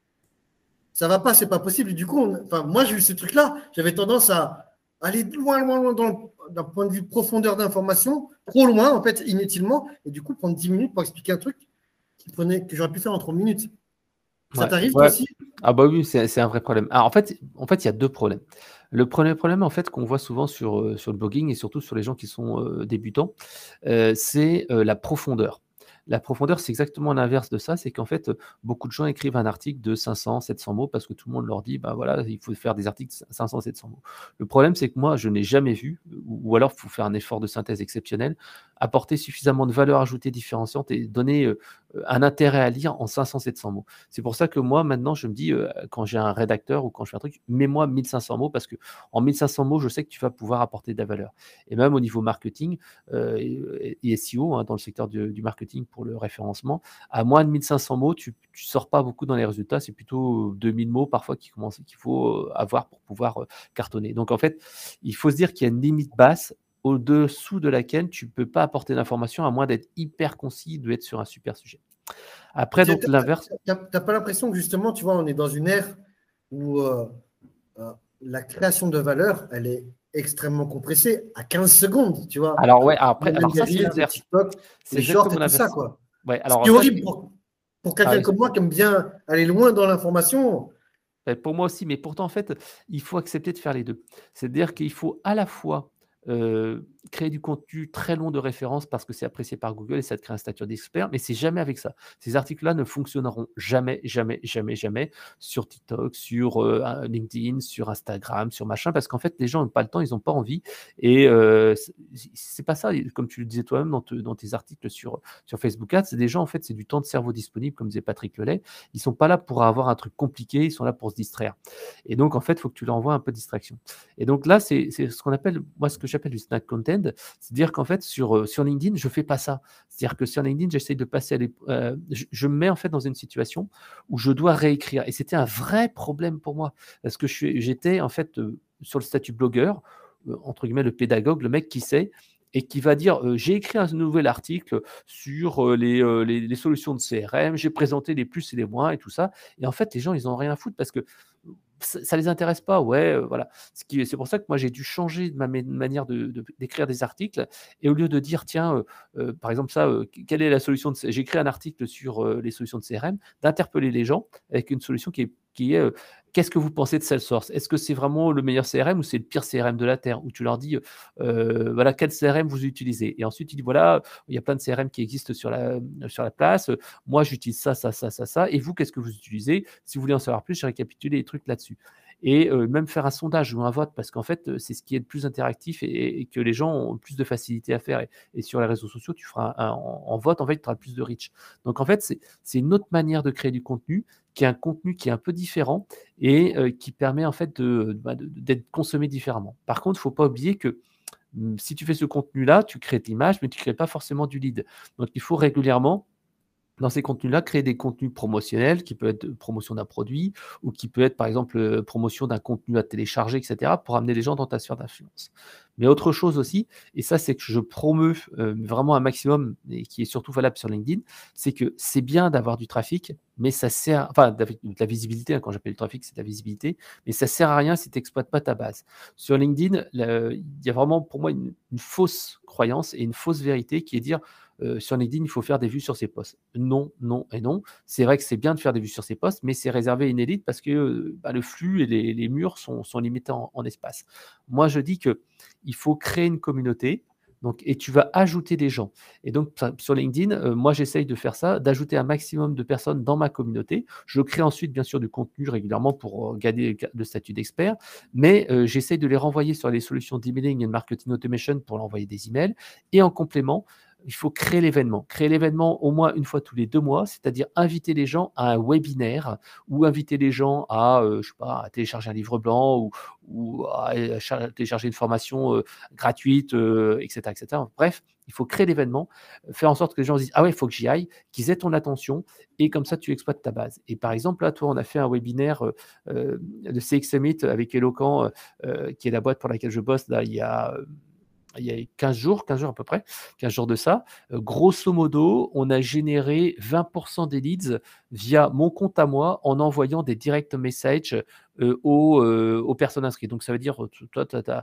ça va pas, c'est pas possible. Et du coup, enfin, moi, j'ai eu ce truc-là. J'avais tendance à aller loin, loin, loin d'un point de vue profondeur d'information, trop loin, en fait, inutilement. Et du coup, prendre 10 minutes pour expliquer un truc que j'aurais pu faire en 3 minutes. Ça Ouais, t'arrive, toi ouais. aussi? Ah bah oui, c'est un vrai problème. Alors en fait, il y a 2 problèmes. Le premier problème, en fait, qu'on voit souvent sur le blogging et surtout sur les gens qui sont, débutants, c'est, la profondeur. La profondeur, c'est exactement l'inverse de ça, c'est qu'en fait, beaucoup de gens écrivent un article de 500-700 mots parce que tout le monde leur dit: «Bah, voilà, il faut faire des articles 500-700 mots». Le problème, c'est que moi, je n'ai jamais vu, ou alors il faut faire un effort de synthèse exceptionnel, apporter suffisamment de valeur ajoutée différenciante et donner, un intérêt à lire en 500-700 mots. C'est pour ça que moi, maintenant, je me dis, quand j'ai un rédacteur ou quand je fais un truc, mets-moi 1 500 mots parce qu'en 1 500 mots, je sais que tu vas pouvoir apporter de la valeur. Et même au niveau marketing et SEO, hein, dans le secteur du marketing pour le référencement, à moins de 1 500 mots, tu sors pas beaucoup dans les résultats. C'est plutôt 2 000 mots parfois qu'il faut avoir pour pouvoir cartonner. Donc en fait, il faut se dire qu'il y a une limite basse au-dessous de laquelle tu ne peux pas apporter d'informations à moins d'être hyper concis, d'être sur un super sujet. Après, donc l'inverse. Tu n'as pas l'impression que justement, tu vois, on est dans une ère où la création de valeur, elle est extrêmement compressée à 15 secondes, tu vois. Alors, ouais, après, alors ça, c'est Reels, l'inverse. TikTok, C'est les shorts et exactement tout ça, l'inverse. quoi. Ouais, alors, c'est ça, horrible pour quelqu'un comme moi qui aime bien aller loin dans l'information. Pour moi aussi, mais pourtant, en fait, il faut accepter de faire les deux. C'est-à-dire qu'il faut à la fois créer du contenu très long de référence parce que c'est apprécié par Google et ça te crée un statut d'expert, mais c'est jamais avec ça. Ces articles-là ne fonctionneront jamais, jamais, jamais, jamais sur TikTok, sur LinkedIn, sur Instagram, sur machin, parce qu'en fait, les gens n'ont pas le temps, ils n'ont pas envie. Et c'est pas ça, comme tu le disais toi-même dans tes articles sur Facebook Ads, c'est des gens, en fait, c'est du temps de cerveau disponible, comme disait Patrick Lelay. Ils sont pas là pour avoir un truc compliqué, ils sont là pour se distraire. Et donc, en fait, il faut que tu leur envoies un peu de distraction. Et donc là, c'est ce qu'on appelle, moi, ce que j'appelle du snack content, c'est-à-dire qu'en fait, sur LinkedIn, je fais pas ça. C'est-à-dire que sur LinkedIn, j'essaye de passer je me mets en fait dans une situation où je dois réécrire. Et c'était un vrai problème pour moi, parce que j'étais en fait sur le statut blogueur, entre guillemets, le pédagogue, le mec qui sait, et qui va dire j'ai écrit un nouvel article sur les solutions de CRM, j'ai présenté les plus et les moins et tout ça. Et en fait, les gens, ils n'ont rien à foutre parce que ça les intéresse pas, ouais, voilà. C'est pour ça que moi j'ai dû changer de ma manière d'écrire des articles, et au lieu de dire tiens, par exemple ça, quelle est la solution j'ai écrit un article sur les solutions de CRM, d'interpeller les gens avec une solution qui est qu'est-ce que vous pensez de Salesforce? Est-ce que c'est vraiment le meilleur CRM ou c'est le pire CRM de la Terre? Où tu leur dis voilà, quel CRM vous utilisez? Et ensuite tu dis voilà, il y a plein de CRM qui existent sur la place. Moi j'utilise ça, ça, ça, ça, ça. Et vous, qu'est-ce que vous utilisez? Si vous voulez en savoir plus, j'ai récapitulé les trucs là-dessus. Et même faire un sondage ou un vote, parce qu'en fait, c'est ce qui est le plus interactif et que les gens ont le plus de facilité à faire. Et sur les réseaux sociaux, tu feras en vote, en fait, tu auras le plus de reach. Donc, en fait, c'est une autre manière de créer du contenu, qui est un contenu qui est un peu différent et qui permet, en fait, d'être consommé différemment. Par contre, il ne faut pas oublier que si tu fais ce contenu-là, tu crées de l'image, mais tu ne crées pas forcément du lead. Donc, il faut régulièrement, dans ces contenus-là, créer des contenus promotionnels qui peut être promotion d'un produit ou qui peut être, par exemple, promotion d'un contenu à télécharger, etc., pour amener les gens dans ta sphère d'influence. Mais autre chose aussi, et ça, c'est que je promeus vraiment un maximum et qui est surtout valable sur LinkedIn, c'est que c'est bien d'avoir du trafic, mais ça sert, enfin, de la visibilité, hein, quand j'appelle le trafic, c'est de la visibilité, mais ça sert à rien si tu n'exploites pas ta base. Sur LinkedIn, il y a vraiment pour moi une fausse croyance et une fausse vérité qui est dire sur LinkedIn, il faut faire des vues sur ses posts. Non, non et non. C'est vrai que c'est bien de faire des vues sur ses posts, mais c'est réservé à une élite parce que le flux et les murs sont limités en espace. Moi, je dis qu'il faut créer une communauté. Donc, et tu vas ajouter des gens. Et donc, sur LinkedIn, moi, j'essaye de faire ça, d'ajouter un maximum de personnes dans ma communauté. Je crée ensuite, bien sûr, du contenu régulièrement pour gagner le statut d'expert, mais j'essaye de les renvoyer sur les solutions d'emailing et de marketing automation pour leur envoyer des emails. Et en complément, il faut créer l'événement. Créer l'événement au moins une fois tous les 2 mois, c'est-à-dire inviter les gens à un webinaire ou inviter les gens à, je sais pas, à télécharger un livre blanc ou à télécharger une formation gratuite, etc., etc. Bref, il faut créer l'événement, faire en sorte que les gens se disent ah ouais, il faut que j'y aille, qu'ils aient ton attention et comme ça tu exploites ta base. Et par exemple, là, toi, on a fait un webinaire de CX Summit avec Eloquent, qui est la boîte pour laquelle je bosse là, il y a 15 jours à peu près, 15 jours de ça. Grosso modo, on a généré 20% des leads via mon compte à moi en envoyant des direct messages aux personnes inscrites. Donc, ça veut dire, toi,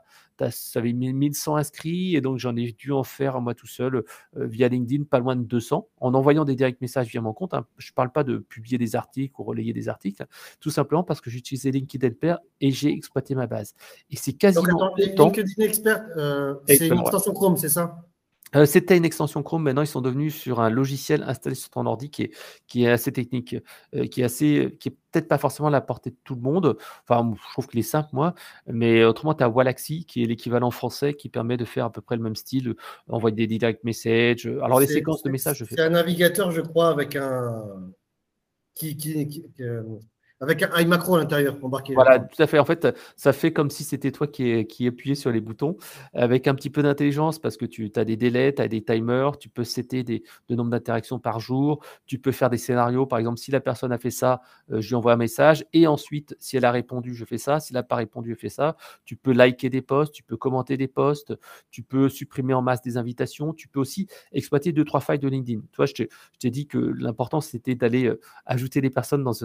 ça avait 1100 inscrits et donc j'en ai dû en faire moi tout seul via LinkedIn, pas loin de 200, en envoyant des direct messages via mon compte. Hein. Je ne parle pas de publier des articles ou relayer des articles, tout simplement parce que j'utilisais LinkedIn Expert et j'ai exploité ma base. Et c'est quasiment donc, attends, LinkedIn Expert, c'est une extension Chrome, c'est ça? C'était une extension Chrome. Maintenant, ils sont devenus sur un logiciel installé sur ton ordi qui est assez technique, qui est peut-être pas forcément à la portée de tout le monde. Enfin, je trouve qu'il est simple, moi. Mais autrement, tu as Wallaxy, qui est l'équivalent français, qui permet de faire à peu près le même style, envoyer des direct messages. Alors, les séquences de messages, je fais. C'est un navigateur, je crois, avec un avec un iMacro à l'intérieur embarqué. Voilà, tout à fait. En fait, ça fait comme si c'était toi qui appuyais sur les boutons avec un petit peu d'intelligence parce que tu as des délais, tu as des timers, tu peux setter le nombre d'interactions par jour, tu peux faire des scénarios. Par exemple, si la personne a fait ça, je lui envoie un message et ensuite, si elle a répondu, je fais ça. Si elle n'a pas répondu, je fais ça. Tu peux liker des posts, tu peux commenter des posts, tu peux supprimer en masse des invitations, tu peux aussi exploiter 2-3 failles de LinkedIn. Tu vois, je t'ai dit que l'important, c'était d'aller ajouter les personnes dans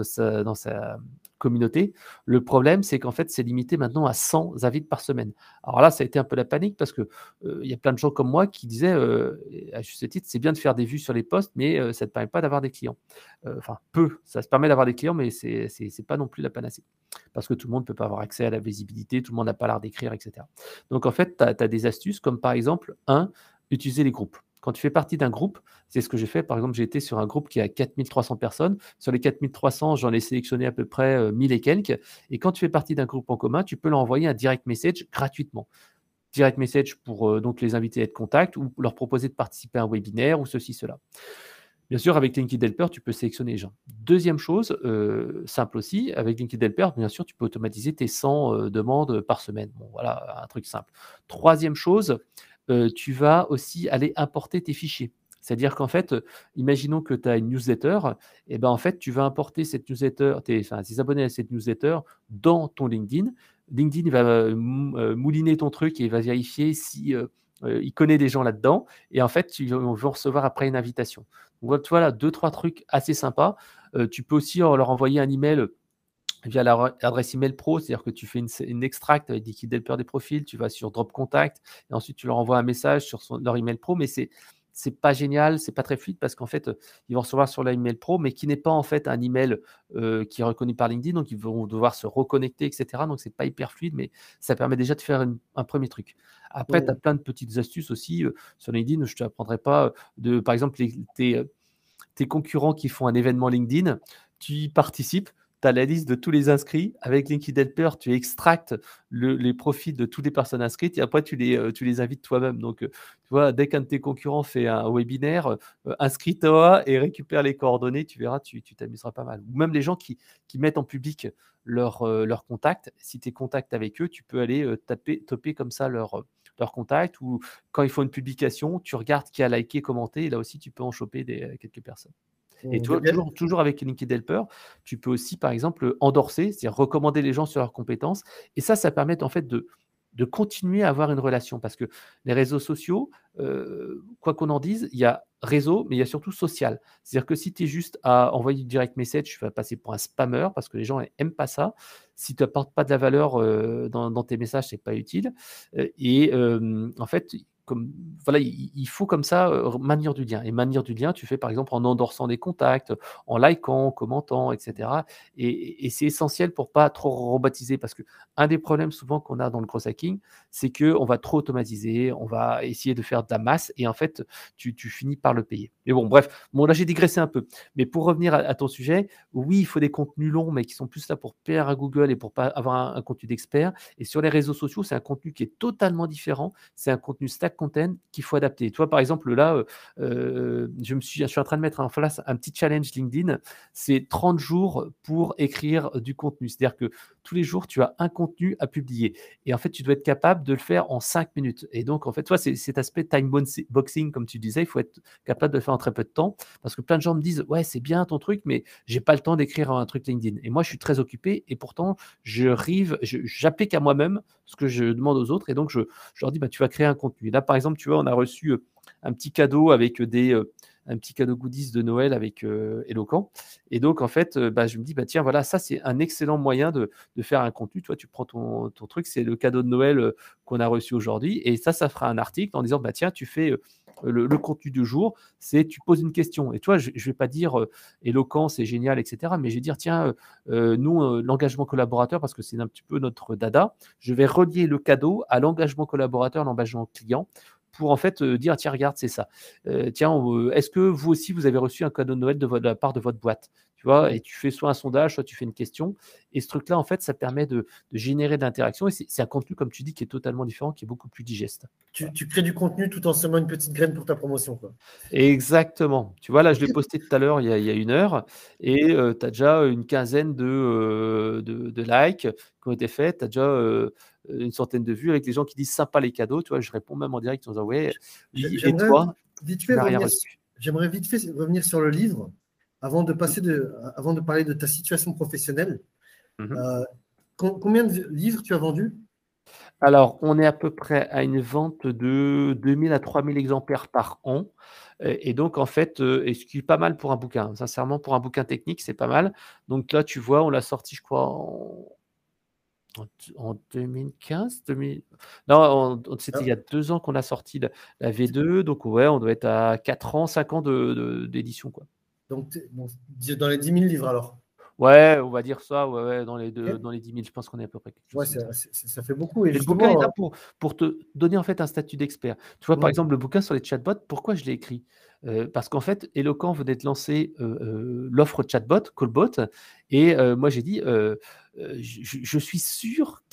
sa communauté. Le problème, c'est qu'en fait, c'est limité maintenant à 100 invites par semaine. Alors là, ça a été un peu la panique parce que y a plein de gens comme moi qui disaient, à juste titre, c'est bien de faire des vues sur les posts, mais ça ne te permet pas d'avoir des clients. Enfin, ça se permet d'avoir des clients, mais c'est pas non plus la panacée. Parce que tout le monde ne peut pas avoir accès à la visibilité, tout le monde n'a pas l'art d'écrire, etc. Donc en fait, tu as des astuces comme par exemple, utiliser les groupes. Quand tu fais partie d'un groupe, c'est ce que j'ai fait. Par exemple, j'ai été sur un groupe qui a 4300 personnes. Sur les 4300, j'en ai sélectionné à peu près 1000 et quelques. Et quand tu fais partie d'un groupe en commun, tu peux leur envoyer un direct message gratuitement. Direct message pour donc les inviter à être contact ou leur proposer de participer à un webinaire ou ceci, cela. Bien sûr, avec LinkedIn Helper, tu peux sélectionner les gens. Deuxième chose, simple aussi, avec LinkedIn Helper, bien sûr, tu peux automatiser tes 100 demandes par semaine. Bon, voilà, un truc simple. Troisième chose, tu vas aussi aller importer tes fichiers. C'est-à-dire qu'en fait, imaginons que tu as une newsletter, et ben en fait, tu vas importer cette newsletter, tes abonnés à cette newsletter dans ton LinkedIn. LinkedIn va mouliner ton truc et il va vérifier si il connaît des gens là-dedans. Et en fait, tu vas recevoir après une invitation. Donc voilà, 2-3 trucs assez sympas. Tu peux aussi leur envoyer un email via leur adresse email pro, c'est-à-dire que tu fais une extract avec des Helper des profils, tu vas sur Drop Contact et ensuite tu leur envoies un message sur leur email pro, mais c'est pas génial, c'est pas très fluide parce qu'en fait, ils vont recevoir sur l'email pro, mais qui n'est pas en fait un email qui est reconnu par LinkedIn, donc ils vont devoir se reconnecter, etc. Donc c'est pas hyper fluide, mais ça permet déjà de faire un premier truc. Après, tu as plein de petites astuces aussi sur LinkedIn. Je ne t'apprendrai pas par exemple, tes concurrents qui font un événement LinkedIn, tu y participes. Tu as la liste de tous les inscrits. Avec LinkedIn Helper, tu extractes les profils de toutes les personnes inscrites et après, tu les invites toi-même. Donc, tu vois, dès qu'un de tes concurrents fait un webinaire, inscris-toi et récupère les coordonnées. Tu verras, tu t'amuseras pas mal. Ou même les gens qui mettent en public leurs contacts. Si tu es contact avec eux, tu peux aller toper comme ça leur contact. Ou quand ils font une publication, tu regardes qui a liké, commenté. Et là aussi, tu peux en choper quelques personnes. Et toujours avec LinkedIn Helper, tu peux aussi, par exemple, endorser, c'est-à-dire recommander les gens sur leurs compétences. Et ça permet en fait de continuer à avoir une relation. Parce que les réseaux sociaux, quoi qu'on en dise, il y a réseau, mais il y a surtout social. C'est-à-dire que si tu es juste à envoyer du direct message, tu vas passer pour un spammer parce que les gens n'aiment pas ça. Si tu n'apportes pas de la valeur dans tes messages, ce n'est pas utile. En fait, voilà, il faut comme ça maintenir du lien. Et maintenir du lien, tu fais par exemple en endorsant des contacts, en likant, en commentant, etc. Et c'est essentiel pour pas trop robotiser parce que un des problèmes souvent qu'on a dans le gros hacking, c'est qu'on va trop automatiser, on va essayer de faire de la masse et en fait, tu finis par le payer. Mais bon, bref, là j'ai digressé un peu. Mais pour revenir à ton sujet, oui, il faut des contenus longs, mais qui sont plus là pour plaire à Google et pour pas avoir un contenu d'expert. Et sur les réseaux sociaux, c'est un contenu qui est totalement différent. C'est un contenu stack content qu'il faut adapter. Tu vois, par exemple, là, je suis en train de mettre en place un petit challenge LinkedIn. C'est 30 jours pour écrire du contenu. C'est-à-dire que tous les jours, tu as un contenu à publier. Et en fait, tu dois être capable de le faire en 5 minutes. Et donc, en fait, toi, c'est cet aspect time boxing, comme tu disais, il faut être capable de le faire en très peu de temps. Parce que plein de gens me disent, ouais, c'est bien ton truc, mais j'ai pas le temps d'écrire un truc LinkedIn. Et moi, je suis très occupé et pourtant, j'applique à moi-même ce que je demande aux autres. Et donc, je leur dis, bah, tu vas créer un contenu. Et là, par exemple, tu vois, on a reçu un petit cadeau avec un petit cadeau goodies de Noël avec Eloquent. Et donc, en fait, je me dis, bah, tiens, voilà, ça, c'est un excellent moyen de faire un contenu. Toi, tu prends ton truc, c'est le cadeau de Noël qu'on a reçu aujourd'hui. Et ça fera un article en disant, bah, tiens, tu fais le contenu du jour, c'est tu poses une question. Et toi, je ne vais pas dire Eloquent, c'est génial, etc. Mais je vais dire, tiens, nous, l'engagement collaborateur, parce que c'est un petit peu notre dada, je vais relier le cadeau à l'engagement collaborateur, l'engagement client, pour en fait dire, tiens, regarde, c'est ça. Tiens, est-ce que vous aussi, vous avez reçu un cadeau de Noël de la part de votre boîte? tu vois, et tu fais soit un sondage, soit tu fais une question. Et ce truc-là, en fait, ça permet de générer de l'interaction. Et c'est un contenu, comme tu dis, qui est totalement différent, qui est beaucoup plus digeste. Tu crées du contenu tout en semant une petite graine pour ta promotion, quoi. Exactement. Tu vois, là, je l'ai Ok. posté tout à l'heure, il y a 1 heure, et tu as déjà une quinzaine de likes qui ont été faits. Tu as déjà une centaine de vues avec les gens qui disent sympa les cadeaux. Tu vois, je réponds même en direct en disant ouais, oui, et J'aimerais toi, vite tu fait n'as rien revenir, reçu. j'aimerais vite fait revenir sur le livre avant de parler de ta situation professionnelle. Mhm. Euh, combien de livres tu as vendus? Alors, on est à peu près à une vente de 2000 à 3000 exemplaires par an. Et donc, en fait, et ce qui est pas mal pour un bouquin. Sincèrement, pour un bouquin technique, c'est pas mal. Donc là, tu vois, on l'a sorti, je crois, en 2015, non, c'était il y a 2 ans qu'on a sorti la V2. Donc, ouais, on doit être à 4 ans, 5 ans d'édition, quoi. Donc, dans les 10 000 livres alors. Ouais, on va dire ça, ouais, ouais, dans les Ok. 10 000, je pense qu'on est à peu près quelque chose Ouais, comme ça. ça fait beaucoup. Et Et le bouquin est justement, là pour te donner en fait un statut d'expert. Tu vois, par ouais, exemple, le bouquin sur les chatbots, pourquoi je l'ai écrit? Parce qu'en fait, Eloquent venait de lancer l'offre chatbot, Callbot, et moi j'ai dit, je suis sûr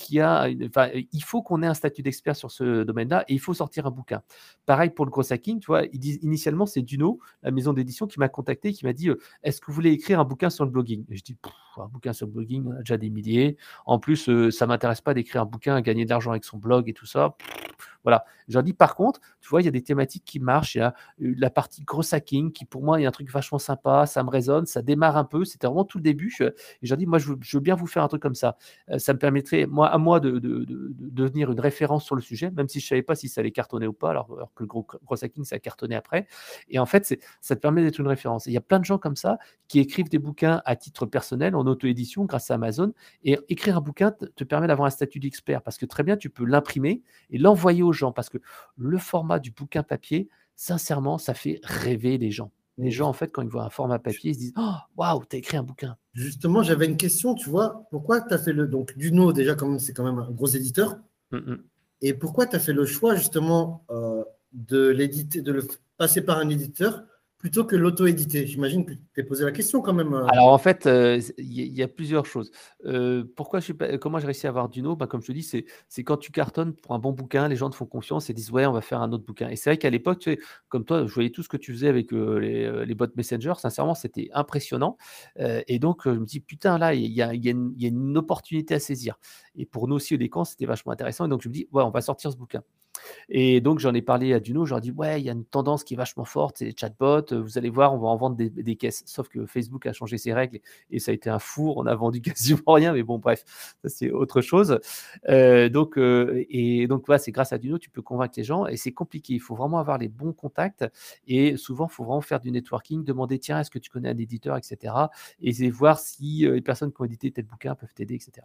il faut qu'on ait un statut d'expert sur ce domaine-là et il faut sortir un bouquin. Pareil pour le gros hacking, tu vois, initialement c'est Duno, la maison d'édition, qui m'a contacté, qui m'a dit, est-ce que vous voulez écrire un bouquin sur le blogging? Et je dis, un bouquin sur le blogging, on a déjà des milliers. En plus, ça ne m'intéresse pas d'écrire un bouquin, à gagner de l'argent avec son blog et tout ça. Voilà. Je leur dis, par contre, tu vois, il y a des thématiques qui marchent. Il y a la partie gros hacking qui, pour moi, est un truc vachement sympa. Ça me résonne, ça démarre un peu. C'était vraiment tout le début. Et je leur dis, moi, je veux bien vous faire un truc comme ça. Ça me permettrait, à moi de devenir une référence sur le sujet, même si je ne savais pas si ça allait cartonner ou pas, alors que le gros hacking, ça a cartonné après. Et en fait, ça te permet d'être une référence. Et il y a plein de gens comme ça qui écrivent des bouquins à titre personnel, en auto-édition, grâce à Amazon. Et écrire un bouquin te permet d'avoir un statut d'expert parce que très bien, tu peux l'imprimer et l'envoyer aux gens parce que le format du bouquin papier, sincèrement, ça fait rêver les gens. Les gens, en fait, quand ils voient un format papier, ils se disent oh, waouh, t'as écrit un bouquin. justement, j'avais une question, tu vois, pourquoi tu as fait donc Duno, déjà, c'est quand même un gros éditeur, et pourquoi tu as fait le choix, justement, de l'éditer, de le passer par un éditeur plutôt que l'auto-éditer? J'imagine que tu t'es posé la question quand même. Alors en fait, il y a plusieurs choses. Comment j'ai réussi à avoir Duno? Comme je te dis, c'est quand tu cartonnes pour un bon bouquin, les gens te font confiance et disent ouais, on va faire un autre bouquin. Et c'est vrai qu'à l'époque, tu sais, comme toi, je voyais tout ce que tu faisais avec les bots Messenger. Sincèrement, c'était impressionnant. Et donc, je me dis putain, là, il y a une opportunité à saisir. Et pour nous aussi, au Descamps, c'était vachement intéressant. Et donc, je me dis ouais, on va sortir ce bouquin. Et donc, j'en ai parlé à Duno, je leur ai dit, ouais, il y a une tendance qui est vachement forte, c'est les chatbots, vous allez voir, on va en vendre des caisses. Sauf que Facebook a changé ses règles et ça a été un four, on a vendu quasiment rien, mais bon, bref, ça c'est autre chose. Donc, voilà, c'est grâce à Duno, tu peux convaincre les gens et c'est compliqué. Il faut vraiment avoir les bons contacts et souvent, il faut vraiment faire du networking, demander, tiens, est-ce que tu connais un éditeur, etc. Et voir si les personnes qui ont édité tel bouquin peuvent t'aider, etc.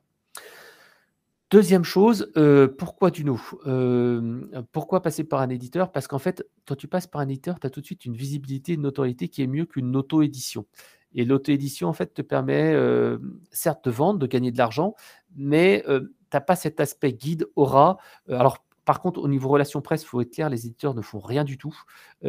Deuxième chose, pourquoi Duno? Pourquoi passer par un éditeur? Parce qu'en fait, quand tu passes par un éditeur, tu as tout de suite une visibilité, une notoriété qui est mieux qu'une auto-édition. Et l'auto-édition, en fait, te permet, certes de vendre, de gagner de l'argent, mais tu n'as pas cet aspect guide, aura. Alors, par contre, au niveau relations presse, il faut être clair, les éditeurs ne font rien du tout.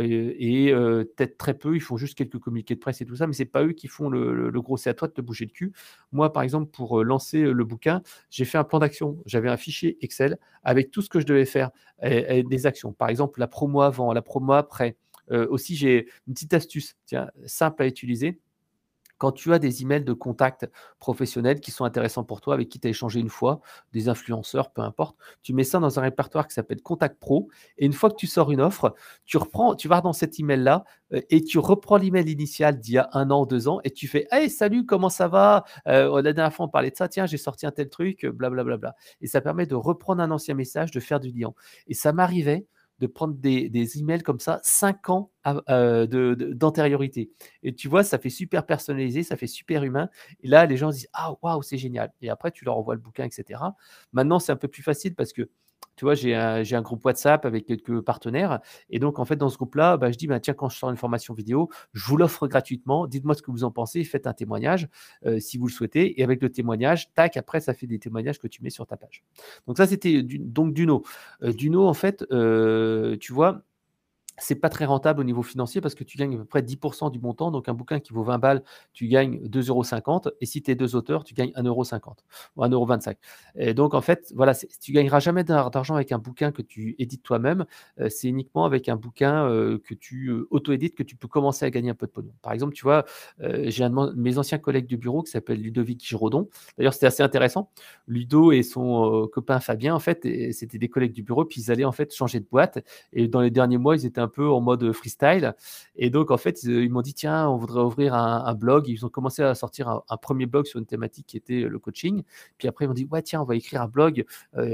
Peut-être très peu, ils font juste quelques communiqués de presse et tout ça, mais ce n'est pas eux qui font le gros. C'est à toi de te bouger le cul. Moi, par exemple, pour lancer le bouquin, j'ai fait un plan d'action. J'avais un fichier Excel avec tout ce que je devais faire, et des actions. Par exemple, la promo avant, la promo après. Aussi, j'ai une petite astuce, tiens, simple à utiliser. Quand tu as des emails de contacts professionnels qui sont intéressants pour toi, avec qui tu as échangé une fois, des influenceurs, peu importe, tu mets ça dans un répertoire qui s'appelle Contact Pro. Et une fois que tu sors une offre, tu vas dans cet email-là et tu reprends l'email initial d'il y a 1 an, 2 ans et tu fais hey, salut, comment ça va? La dernière fois, on parlait de ça. Tiens, j'ai sorti un tel truc, blablabla. Et ça permet de reprendre un ancien message, de faire du lien. Et ça m'arrivait de prendre des emails comme ça, 5 ans d'antériorité. Et tu vois, ça fait super personnalisé, ça fait super humain. Et là, les gens se disent ah, waouh, c'est génial. Et après, tu leur envoies le bouquin, etc. Maintenant, c'est un peu plus facile parce que tu vois, j'ai un groupe WhatsApp avec quelques partenaires. Et donc, en fait, dans ce groupe-là, je dis tiens, quand je sors une formation vidéo, je vous l'offre gratuitement. Dites-moi ce que vous en pensez. Faites un témoignage si vous le souhaitez. Et avec le témoignage, tac, après, ça fait des témoignages que tu mets sur ta page. Donc, ça, c'était donc Duno. Duno, en fait, tu vois, c'est pas très rentable au niveau financier parce que tu gagnes à peu près 10% du montant. Donc, un bouquin qui vaut 20 balles, tu gagnes 2,50 €. Et si tu es 2 auteurs, tu gagnes 1,50 € ou 1,25 €. Et donc, en fait, voilà, tu gagneras jamais d'argent avec un bouquin que tu édites toi-même. C'est uniquement avec un bouquin que tu auto-édites que tu peux commencer à gagner un peu de pognon. Par exemple, tu vois, j'ai un de mes anciens collègues de bureau qui s'appelle Ludovic Giraudon. D'ailleurs, c'était assez intéressant. Ludo et son copain Fabien, en fait, c'était des collègues du bureau. Puis ils allaient en fait changer de boîte. Et dans les derniers mois, ils étaient un peu en mode freestyle. Et donc, en fait, ils m'ont dit, tiens, on voudrait ouvrir un blog. Ils ont commencé à sortir un premier blog sur une thématique qui était le coaching. Puis après, ils m'ont dit, ouais, tiens, on va écrire un blog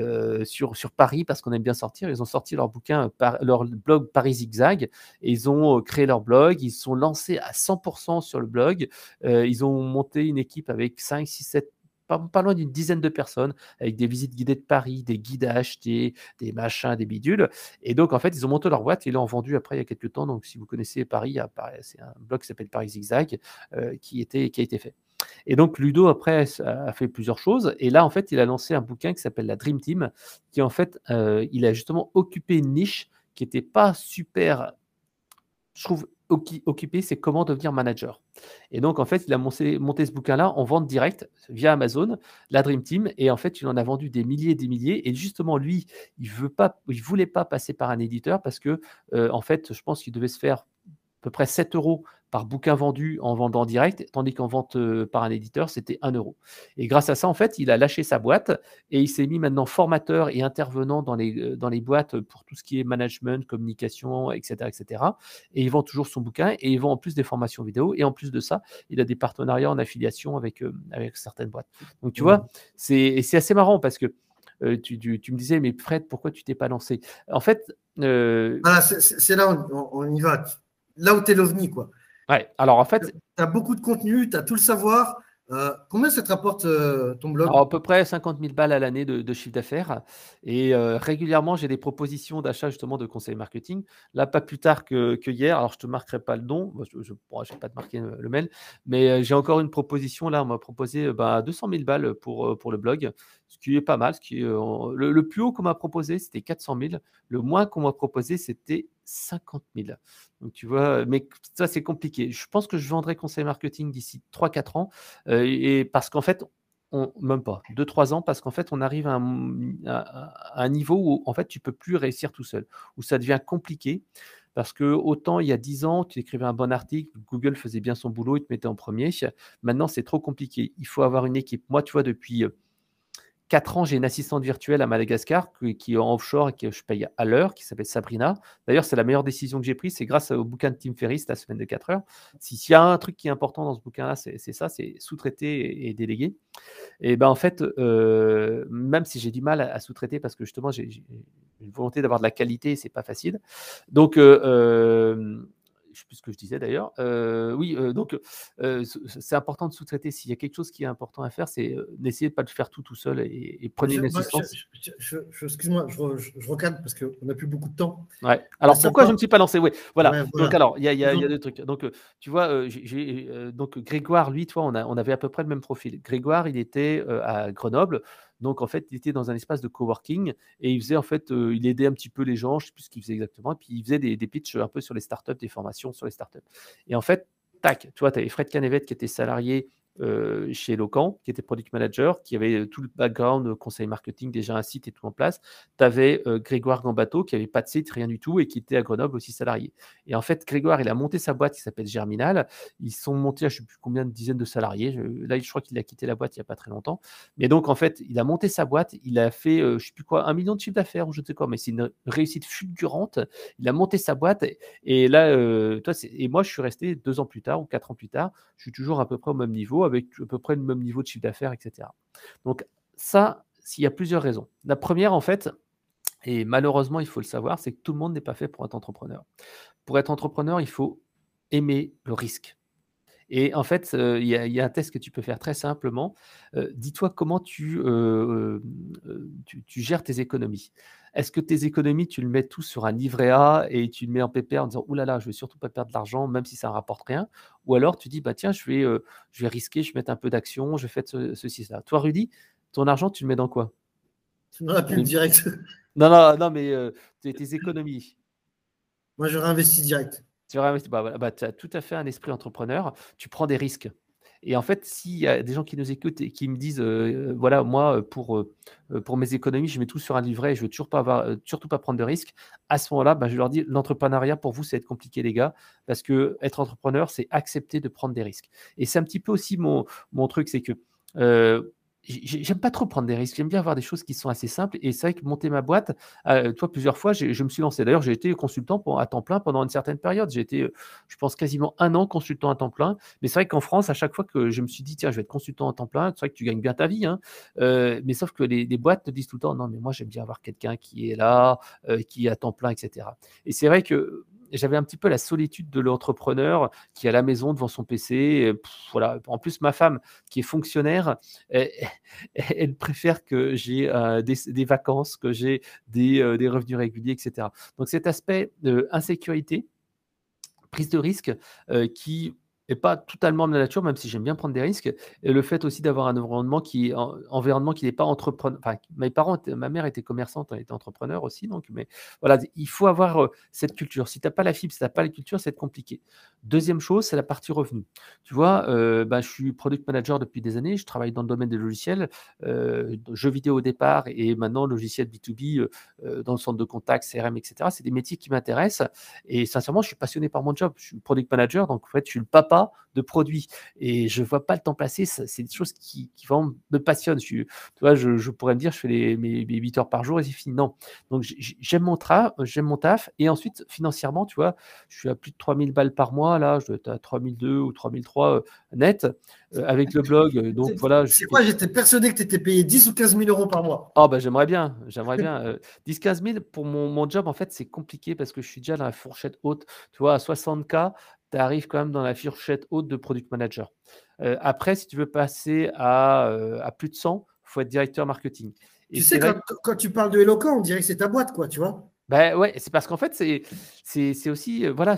sur Paris parce qu'on aime bien sortir. Ils ont sorti leur bouquin, leur blog Paris Zigzag. Et ils ont créé leur blog. Ils se sont lancés à 100% sur le blog. Ils ont monté une équipe avec 5, 6, 7, pas loin d'une dizaine de personnes, avec des visites guidées de Paris, des guides à acheter, des machins, des bidules. Et donc, en fait, ils ont monté leur boîte et l'ont vendu après il y a quelques temps. Donc, si vous connaissez Paris, c'est un blog qui s'appelle Paris Zigzag qui a été fait. Et donc, Ludo, après, a fait plusieurs choses. Et là, en fait, il a lancé un bouquin qui s'appelle La Dream Team, qui, en fait, il a justement occupé une niche qui n'était pas super, je trouve, occupée, c'est comment devenir manager. Et donc, en fait, il a monté ce bouquin-là en vente directe via Amazon, la Dream Team. Et en fait, il en a vendu des milliers et des milliers. Et justement, lui, il voulait pas passer par un éditeur parce que, en fait, je pense qu'il devait se faire à peu près 7 € par bouquin vendu en vendant en direct, tandis qu'en vente par un éditeur, c'était 1 €. Et grâce à ça, en fait, il a lâché sa boîte et il s'est mis maintenant formateur et intervenant dans les boîtes pour tout ce qui est management, communication, etc., etc. Et il vend toujours son bouquin et il vend en plus des formations vidéo. Et en plus de ça, il a des partenariats en affiliation avec certaines boîtes. Donc, tu vois, c'est assez marrant parce que tu me disais, mais Fred, pourquoi tu t'es pas lancé? En fait, voilà, c'est là où on y va. Là où tu es l'OVNI, quoi. Ouais, alors en fait, tu as beaucoup de contenu, tu as tout le savoir. Combien ça te rapporte ton blog? à peu près 50 000 balles à l'année de chiffre d'affaires. Et régulièrement, j'ai des propositions d'achat justement de conseils marketing. Là, pas plus tard que hier. Alors, je ne te marquerai pas le nom. Je ne vais pas te marquer le mail. Mais j'ai encore une proposition. Là, on m'a proposé 200 000 balles pour le blog, ce qui est pas mal. Le plus haut qu'on m'a proposé, c'était 400 000. Le moins qu'on m'a proposé, c'était 50 000. Donc, tu vois, mais ça, c'est compliqué. Je pense que je vendrai conseil marketing d'ici 3-4 ans. Et parce qu'en fait, même pas, 2-3 ans, parce qu'en fait, on arrive à un niveau où en fait, tu ne peux plus réussir tout seul, où ça devient compliqué. Parce que autant il y a 10 ans, tu écrivais un bon article, Google faisait bien son boulot, il te mettait en premier. Maintenant, c'est trop compliqué. Il faut avoir une équipe. Moi, tu vois, depuis 4 ans, j'ai une assistante virtuelle à Madagascar qui est en offshore et que je paye à l'heure, qui s'appelle Sabrina. D'ailleurs, c'est la meilleure décision que j'ai prise, c'est grâce au bouquin de Tim Ferriss, La semaine de 4 heures. S'il y a un truc qui est important dans ce bouquin-là, c'est ça, c'est sous-traiter et déléguer. Et ben en fait, même si j'ai du mal à sous-traiter parce que justement, j'ai une volonté d'avoir de la qualité, c'est pas facile. Donc, je sais plus ce que je disais d'ailleurs. Oui, donc c'est important de sous-traiter. S'il y a quelque chose qui est important à faire, c'est n'essayez de pas le faire tout seul et prenez une assistance. Excuse-moi, je recadre parce qu'on n'a plus beaucoup de temps. Ouais. Alors pourquoi je ne me suis pas lancé? Oui, voilà. Ouais, voilà. Donc alors, il y a deux trucs. Donc tu vois, donc Grégoire, lui, toi, on avait à peu près le même profil. Grégoire, il était à Grenoble. Donc en fait, il était dans un espace de coworking et il faisait en fait, il aidait un petit peu les gens, je ne sais plus ce qu'il faisait exactement, et puis il faisait des pitchs un peu sur les startups, des formations sur les startups. Et en fait, tac, tu vois, tu avais Fred Canevet qui était salarié chez Locan, qui était product manager, qui avait tout le background conseil marketing, déjà un site et tout en place. Tu avais Grégoire Gambato qui n'avait pas de site, rien du tout, et qui était à Grenoble aussi salarié. Et en fait, Grégoire, il a monté sa boîte qui s'appelle Germinal. Ils sont montés à je ne sais plus combien de dizaines de salariés. Là, je crois qu'il a quitté la boîte il n'y a pas très longtemps. Mais donc, en fait, il a monté sa boîte, il a fait, je ne sais plus quoi, 1 million de chiffre d'affaires ou je ne sais quoi, mais c'est une réussite fulgurante. Il a monté sa boîte et là, et moi, je suis resté 2 ans plus tard ou 4 ans plus tard, je suis toujours à peu près au même niveau, avec à peu près le même niveau de chiffre d'affaires, etc. Donc ça, il y a plusieurs raisons. La première, en fait, et malheureusement, il faut le savoir, c'est que tout le monde n'est pas fait pour être entrepreneur. Pour être entrepreneur, il faut aimer le risque. Et en fait, il y a un test que tu peux faire très simplement. Dis-toi comment tu gères tes économies. Est-ce que tes économies, tu le mets tout sur un livret A et tu le mets en pépère en disant: «Ouh là là, je ne vais surtout pas perdre de l'argent, même si ça ne rapporte rien», ou alors tu dis: «Bah tiens, je vais risquer, je vais mettre un peu d'actions, je vais faire ceci, cela». Toi, Rudy, ton argent, tu le mets dans quoi? Dans la pub direct. Non, mais tes économies. Moi, j'aurais investi direct. Tu as tout à fait un esprit entrepreneur, tu prends des risques. Et en fait, s'il y a des gens qui nous écoutent et qui me disent, voilà, moi, pour mes économies, je mets tout sur un livret et je veux surtout pas prendre de risques, à ce moment-là, je leur dis, l'entrepreneuriat, pour vous, c'est être compliqué, les gars, parce que être entrepreneur, c'est accepter de prendre des risques. Et c'est un petit peu aussi mon truc, c'est que j'aime pas trop prendre des risques. J'aime bien avoir des choses qui sont assez simples. Et c'est vrai que monter ma boîte, toi, plusieurs fois, je me suis lancé. D'ailleurs, j'ai été consultant à temps plein pendant une certaine période. J'ai été, je pense, quasiment 1 an consultant à temps plein. Mais c'est vrai qu'en France, à chaque fois que je me suis dit, tiens, je vais être consultant à temps plein, c'est vrai que tu gagnes bien ta vie, hein. Mais sauf que les boîtes te disent tout le temps, non, mais moi, j'aime bien avoir quelqu'un qui est là, qui est à temps plein, etc. Et c'est vrai que j'avais un petit peu la solitude de l'entrepreneur qui est à la maison devant son PC. Voilà. En plus, ma femme, qui est fonctionnaire, elle préfère que j'ai des vacances, que j'ai des revenus réguliers, etc. Donc cet aspect insécurité, prise de risque, qui n'est pas totalement de la nature, même si j'aime bien prendre des risques, et le fait aussi d'avoir un environnement qui n'est pas entrepreneur. Enfin, ma mère était commerçante, elle était entrepreneur aussi, donc, mais voilà, il faut avoir cette culture. Si tu n'as pas la fibre, si tu n'as pas la culture, c'est compliqué. Deuxième chose, c'est la partie revenu. Tu vois, je suis product manager depuis des années, je travaille dans le domaine des logiciels, jeux vidéo au départ, et maintenant logiciels B2B dans le centre de contact, CRM, etc. C'est des métiers qui m'intéressent, et sincèrement, je suis passionné par mon job. Je suis product manager, donc en fait, je suis le papa de produits et je vois pas le temps passer. C'est des choses qui vraiment me passionnent. Tu vois, je pourrais me dire, je fais mes 8 heures par jour et c'est fini. Non. Donc, j'aime mon taf. Et ensuite, financièrement, tu vois, je suis à plus de 3000 balles par mois. Là, je dois être à 3002 ou 3003 net avec le blog. Donc, voilà. C'est quoi? J'étais persuadé que tu étais payé 10 ou 15 000 euros par mois. Oh, j'aimerais bien. 10-15 000 pour mon job, en fait, c'est compliqué parce que je suis déjà dans la fourchette haute. Tu vois, à 60K, tu arrives quand même dans la fourchette haute de product manager. Après, si tu veux passer à plus de 100, il faut être directeur marketing. Et tu sais, quand tu parles de Eloquent, on dirait que c'est ta boîte, quoi, tu vois. Ouais, c'est parce qu'en fait, c'est aussi, voilà,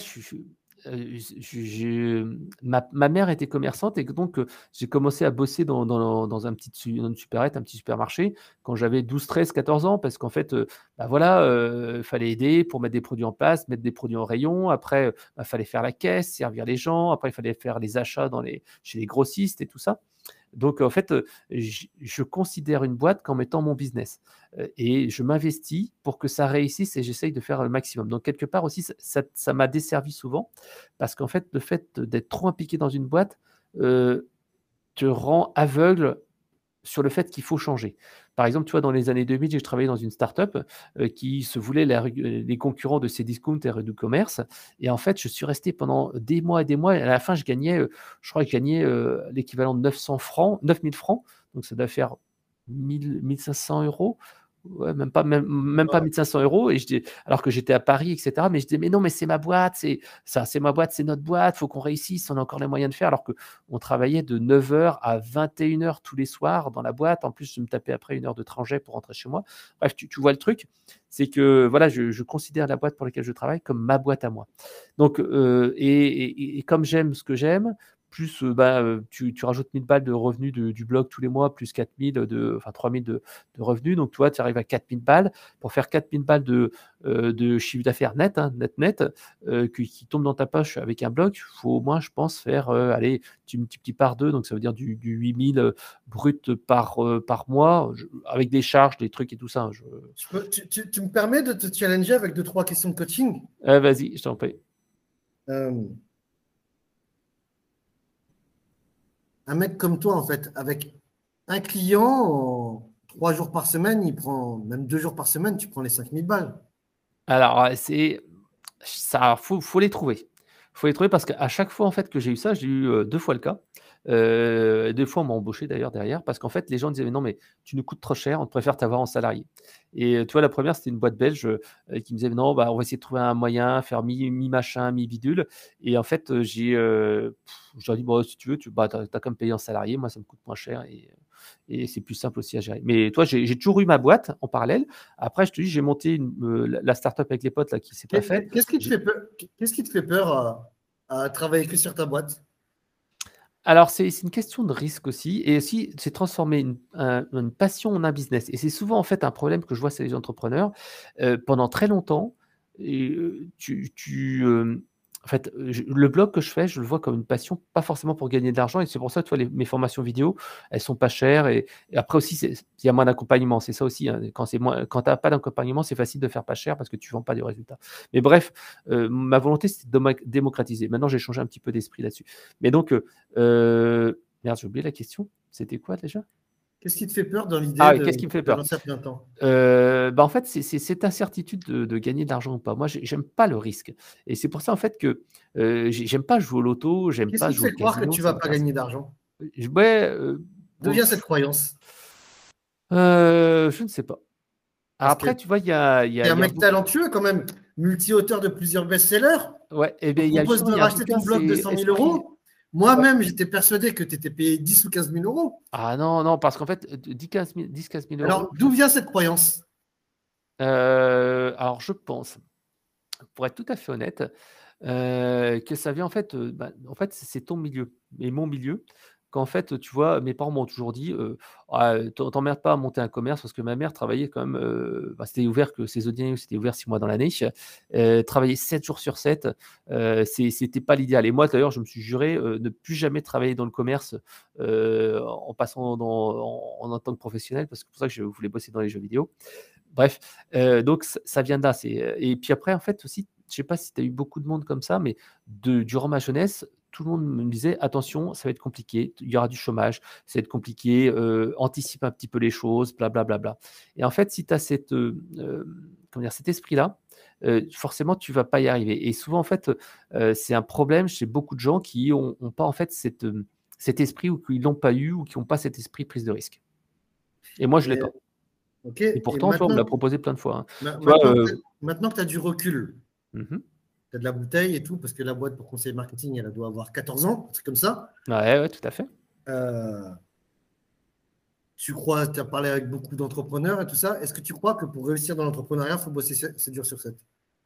ma mère était commerçante et donc j'ai commencé à bosser dans une supérette, un petit supermarché quand j'avais 12, 13, 14 ans parce qu'en fait, voilà, fallait aider pour mettre des produits en place, mettre des produits en rayon. Après, fallait faire la caisse, servir les gens. Après, il fallait faire les achats chez les grossistes et tout ça. Donc, en fait, je considère une boîte comme étant mon business et je m'investis pour que ça réussisse et j'essaye de faire le maximum. Donc, quelque part aussi, ça m'a desservi souvent parce qu'en fait, le fait d'être trop impliqué dans une boîte te rend aveugle sur le fait qu'il faut changer. Par exemple, tu vois, dans les années 2000, j'ai travaillé dans une start-up qui se voulait les concurrents de Cdiscount et Redu Commerce. Et en fait, je suis resté pendant des mois et des mois. Et à la fin, je crois que je gagnais l'équivalent de 900 francs, 9000 francs. Donc, ça doit faire 1500 euros. Ouais, même pas 1500 euros. Et alors que j'étais à Paris, etc. Mais je disais, mais non, mais c'est ma boîte, c'est ma boîte, c'est notre boîte, il faut qu'on réussisse, on a encore les moyens de faire. Alors qu'on travaillait de 9h à 21h tous les soirs dans la boîte. En plus, je me tapais après 1 heure de trajet pour rentrer chez moi. Bref, tu vois le truc, c'est que voilà, je considère la boîte pour laquelle je travaille comme ma boîte à moi. Donc, et comme j'aime ce que j'aime, plus tu rajoutes 1000 balles de revenus du blog tous les mois, plus 4000 3000 de revenus. Donc, tu arrives à 4000 balles. Pour faire 4000 balles de chiffre d'affaires net, hein, net, qui tombe dans ta poche avec un blog, il faut au moins, je pense, faire, allez, tu multiplies par 2, donc ça veut dire du 8000 brut par mois, avec des charges, des trucs et tout ça. Tu me permets de te challenger avec 2-3 questions de coaching? Vas-y, je t'en prie. Un mec comme toi, en fait, avec un client, 3 jours par semaine, il prend, même 2 jours par semaine, tu prends les 5000 balles. Alors, faut les trouver. Faut les trouver parce qu'à chaque fois en fait que j'ai eu ça, j'ai eu 2 fois le cas. 2 fois on m'a embauché d'ailleurs derrière parce qu'en fait les gens disaient: «Mais non, mais tu nous coûtes trop cher, on préfère t'avoir en salarié». Et tu vois, la première c'était une boîte belge qui me disait: «Non, on va essayer de trouver un moyen, faire mi-machin, mi-bidule». Et en fait, je leur ai dit: «Bon, si tu veux, t'as qu'à me payer en salarié, moi ça me coûte moins cher et c'est plus simple aussi à gérer». Mais toi, j'ai toujours eu ma boîte en parallèle. Après, je te dis, j'ai monté la start-up avec les potes là qui s'est pas faite. Qu'est-ce qui te fait peur à travailler que sur ta boîte? Alors, c'est une question de risque aussi. Et aussi, c'est transformer une passion en un business. Et c'est souvent, en fait, un problème que je vois chez les entrepreneurs. Pendant très longtemps, En fait, le blog que je fais, je le vois comme une passion, pas forcément pour gagner de l'argent. Et c'est pour ça, tu vois, mes formations vidéo, elles sont pas chères. Et après aussi, il y a moins d'accompagnement. C'est ça aussi, hein. Quand tu n'as pas d'accompagnement, c'est facile de faire pas cher parce que tu vends pas des résultats. Mais bref, ma volonté, c'est de démocratiser. Maintenant, j'ai changé un petit peu d'esprit là-dessus. Mais donc, merde, j'ai oublié la question. C'était quoi déjà? Qu'est-ce qui te fait peur dans l'idée Ah oui, de qu'est-ce qui me fait peur? lancer à plein temps? En fait, c'est cette incertitude de gagner de l'argent ou pas. Moi, j'aime pas le risque et c'est pour ça, en fait, que, j'aime pas jouer au loto, j'aime Qu'est-ce pas qui te jouer fait au croire que casino, tu ça vas pas m'intéresse gagner pas. d'argent? Ouais, D'où vient cette croyance? je ne sais pas. Alors Parce que après, tu vois, il y a il y tu a es un il y a un mec bouquin, talentueux quand même, multi-auteur de plusieurs best-sellers. ouais et On beh, te propose justement, de il y a un racheter bouquin, ton blog de c'est 100 000 Esprit. euros. Ouais. Moi-même, j'étais persuadé que tu étais payé 10 ou 15 000 euros. Ah non, non, parce qu'en fait, 10-15 000 Alors, €, d'où vient cette croyance? alors je pense, pour être tout à fait honnête, que ça vient en fait, en fait, c'est ton milieu et mon milieu. Qu'en fait, tu vois, mes parents m'ont toujours dit, «Ah, t'emmerdes pas à monter un commerce», parce que ma mère travaillait quand même, c'était ouvert que saisonnier, c'était ouvert 6 mois dans l'année, travaillait 7 jours sur 7, c'était pas l'idéal et moi d'ailleurs, je me suis juré, ne plus jamais travailler dans le commerce, en passant en tant que professionnel, parce que c'est pour ça que je voulais bosser dans les jeux vidéo. Bref, donc ça vient de là, et puis après en fait aussi, je sais pas si tu as eu beaucoup de monde comme ça, mais durant ma jeunesse, tout le monde me disait: «Attention, ça va être compliqué, il y aura du chômage, ça va être compliqué, anticipe un petit peu les choses, bla bla bla bla» et en fait, si tu as comment dire? Cet esprit-là, forcément tu vas pas y arriver et souvent en fait, c'est un problème chez beaucoup de gens qui ont pas en fait cet esprit ou qui l'ont pas eu ou qui ont pas cet esprit prise de risque et moi je l'ai Et, pas. ok, Et et pourtant, tu vois, on me l'a maintenant, proposé plein de fois, hein. Tu vois, maintenant que tu as du recul, mmh tu as de la bouteille et tout, parce que la boîte pour conseiller marketing, elle doit avoir 14 ans, un truc comme ça. Ouais, ouais, tout à fait. Euh, Tu crois, tu as parlé avec beaucoup d'entrepreneurs et tout ça. Est-ce que tu crois que pour réussir dans l'entrepreneuriat, il faut bosser 7 jours sur 7?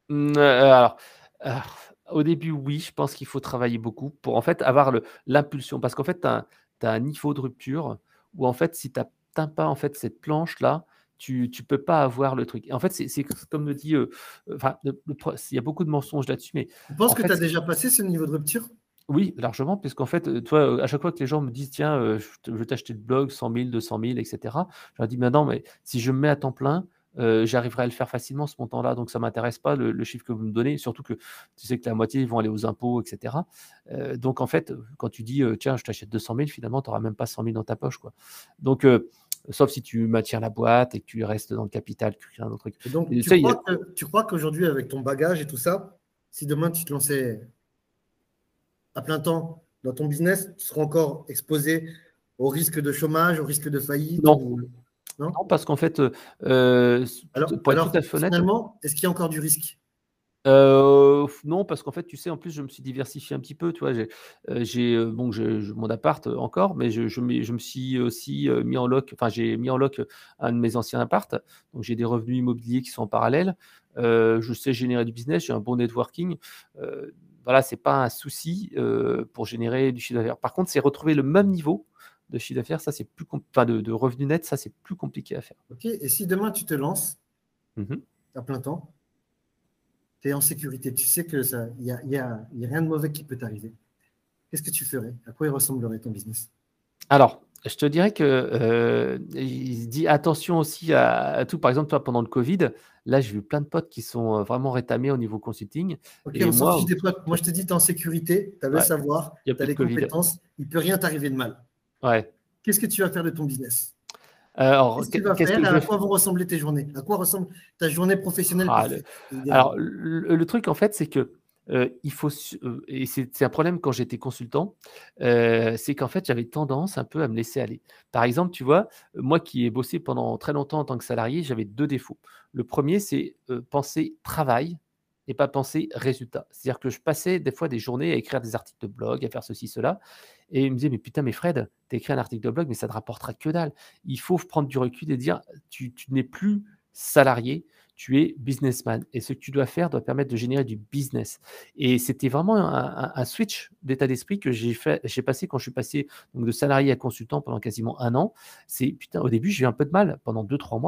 Alors, au début, oui, je pense qu'il faut travailler beaucoup pour, en fait, avoir l'impulsion. Parce qu'en fait, tu as un niveau de rupture où, en fait, si tu atteins pas, en fait, cette planche-là, tu peux pas avoir le truc et en fait, c'est comme le dit, enfin, le pro il y a beaucoup de mensonges là-dessus, mais Tu penses en que tu fait, as déjà passé ce niveau de rupture? oui, largement, puisqu'en fait, tu vois, à chaque fois que les gens me disent: «Tiens, je veux t'acheter le blog 100 000, 200 000 et cetera», je leur dis: «Mais non, mais si je me mets à temps plein, j'arriverai à le faire facilement ce montant-là, donc ça m'intéresse pas le chiffre que vous me donnez». Surtout que tu sais que la moitié, ils vont aller aux impôts et cetera. Donc en fait, quand tu dis: «Tiens, je t'achète 200 000», finalement, tu auras même pas 100 000 dans ta poche, quoi. Donc sauf si tu maintiens la boîte et que tu restes dans le capital, que tu crées un autre truc. Et donc, Et tu sais, il y a tu crois qu'aujourd'hui, avec ton bagage et tout ça, si demain tu te lançais à plein temps dans ton business, tu seras encore exposé au risque de chômage, au risque de faillite non, ou... Non? non, parce qu'en fait, pour être tout à Alors, fait honnête. finalement, est-ce qu'il y a encore du risque? Non, parce qu'en fait, tu sais, en plus, je me suis diversifié un petit peu, tu vois? Bon, j'ai mon appart, encore, mais je me suis aussi, mis en loc, enfin, j'ai mis en loc, un de mes anciens apparts, donc j'ai des revenus immobiliers qui sont en parallèle. Je sais générer du business, j'ai un bon networking, voilà, c'est pas un souci, pour générer du chiffre d'affaires. Par contre, c'est retrouver le même niveau de chiffre d'affaires, ça, c'est plus enfin, de revenus nets, ça, c'est plus compliqué à faire. Ok. Et si demain tu te lances Mmh. à plein temps, tu es en sécurité, tu sais que ça, il y a rien de mauvais qui peut t'arriver. Qu'est-ce que tu ferais? À quoi il ressemblerait ton business? Alors, je te dirais que, il dit attention aussi à tout. Par exemple, toi, pendant le covid, là, j'ai vu plein de potes qui sont, vraiment rétamés au niveau consulting Ok, et on s'en moi, fiche des potes. Moi, je te dis, tu es en sécurité, tu as le ouais, savoir, il y a tu as plus de les covid. compétences, il ne peut rien t'arriver de mal. Ouais. Qu'est-ce que tu vas faire de ton business? Alors, Qu'est-ce que tu vas qu'est-ce faire que et je vais à f quoi vont ressembler tes journées? À quoi ressemble ta journée professionnelle ah le parfaite et idéale? alors le truc, en fait, c'est que, il faut et c'est un problème quand j'étais consultant, c'est qu'en fait, j'avais tendance un peu à me laisser aller. Par exemple, tu vois, moi qui ai bossé pendant très longtemps en tant que salarié, j'avais 2 défauts. Le premier, c'est, penser travail et pas penser résultat. C'est-à-dire que je passais des fois des journées à écrire des articles de blog, à faire ceci, cela et il me disait: «Mais putain, mais Fred, tu as écrit un article de blog, mais ça te rapportera que dalle». Il faut prendre du recul et dire: «Tu n'es plus salarié, tu es businessman et ce que tu dois faire doit permettre de générer du business» et c'était vraiment un switch d'état d'esprit que j'ai passé quand je suis passé donc de salarié à consultant pendant quasiment 1 an. C'est putain, au début, j'ai eu un peu de mal pendant 2-3 mois.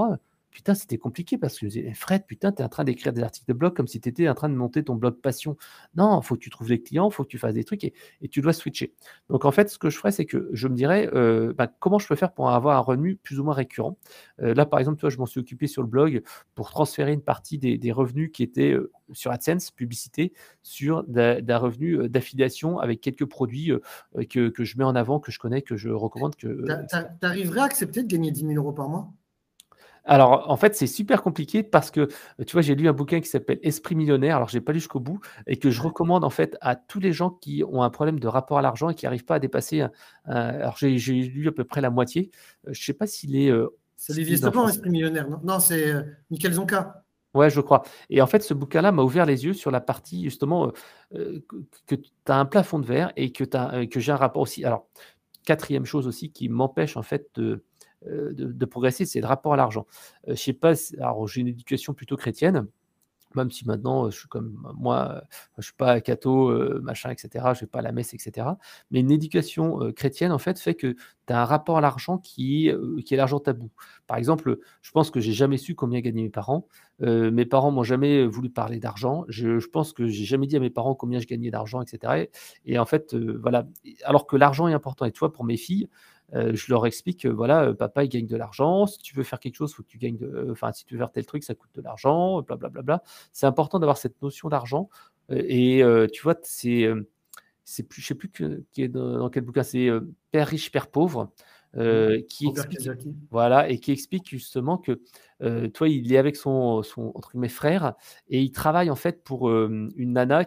putain, c'était compliqué parce que je me disais: «Eh Fred, putain, tu es en train d'écrire des articles de blog comme si tu étais en train de monter ton blog passion. Non, faut que tu trouves des clients, faut que tu fasses des trucs et tu dois switcher». Donc en fait, ce que je ferais, c'est que je me dirais, comment je peux faire pour avoir un revenu plus ou moins récurrent? Là, par exemple, tu vois, je m'en suis occupé sur le blog pour transférer une partie des revenus qui étaient, sur AdSense, publicité, sur d'un revenu, d'affiliation avec quelques produits, que je mets en avant, que je connais, que je recommande, Tu arriverais à accepter de gagner 10 000 euros par mois? Alors, en fait, c'est super compliqué parce que, tu vois, j'ai lu un bouquin qui s'appelle Esprit millionnaire, alors je l'ai pas lu jusqu'au bout et que je recommande, en fait, à tous les gens qui ont un problème de rapport à l'argent et qui n'arrivent pas à dépasser alors j'ai lu à peu près la moitié. Je sais pas C'est s'il Olivier est en Seplan, français. Esprit millionnaire. Non, non, c'est Michael Zonka. Ouais, je crois et en fait, ce bouquin-là m'a ouvert les yeux sur la partie justement, que tu as un plafond de verre et que j'ai un rapport aussi alors, quatrième chose aussi qui m'empêche en fait de progresser, c'est le rapport à l'argent. Je sais pas si alors j'ai une éducation plutôt chrétienne, même si maintenant, je suis comme moi, je suis pas catho, machin et cetera, je vais pas à la messe et cetera. Mais une éducation, chrétienne, en fait, fait que tu as un rapport à l'argent qui est l'argent tabou. Par exemple, je pense que j'ai jamais su combien gagnaient mes parents. Mes parents m'ont jamais voulu parler d'argent. Je pense que j'ai jamais dit à mes parents combien je gagnais d'argent et cetera et en fait, voilà. Alors que l'argent est important et tu vois, pour mes filles, je leur explique que voilà, papa il gagne de l'argent, si tu veux faire quelque chose, faut que tu gagnes enfin si tu veux faire tel truc, ça coûte de l'argent, bla. C'est important d'avoir cette notion d'argent, tu vois, c'est plus je sais plus qui est dans quel bouquin, c'est, Père riche, père pauvre, qui Robert explique Kiyosaki. voilà et qui explique justement que, tu vois, il est avec son entre guillemets «frère» et il travaille en fait pour, une nana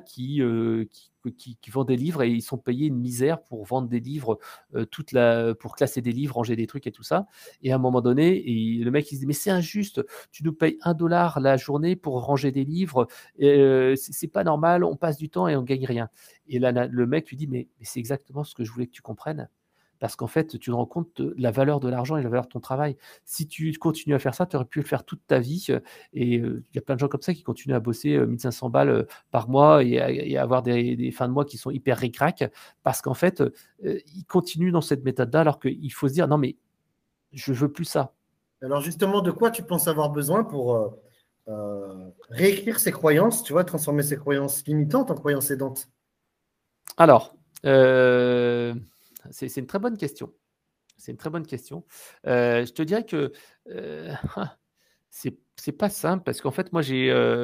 qui vend des livres et ils sont payés une misère pour vendre des livres, pour classer des livres, ranger des trucs et tout ça et à un moment donné le mec il se dit: «Mais c'est injuste, tu nous payes 1 dollar la journée pour ranger des livres et c'est pas normal, on passe du temps et on gagne rien». Et là, le mec lui dit: «Mais c'est exactement ce que je voulais que tu comprennes. Parce qu'en fait, tu te rends compte de la valeur de l'argent et la valeur de ton travail. Si tu continues à faire ça, tu aurais pu le faire toute ta vie, il y a plein de gens comme ça qui continuent à bosser, 1 500 balles, par mois et à avoir des fins de mois qui sont hyper ric-rac parce qu'en fait, ils continuent dans cette méthode-là alors qu'il faut se dire: «Non mais je veux plus ça». Alors justement, de quoi tu penses avoir besoin pour réécrire ses croyances, tu vois, transformer ses croyances limitantes en croyances aidantes? Alors, c'est une très bonne question. C'est une très bonne question. Je te dirais que, heu, c'est pas simple parce qu'en fait, moi,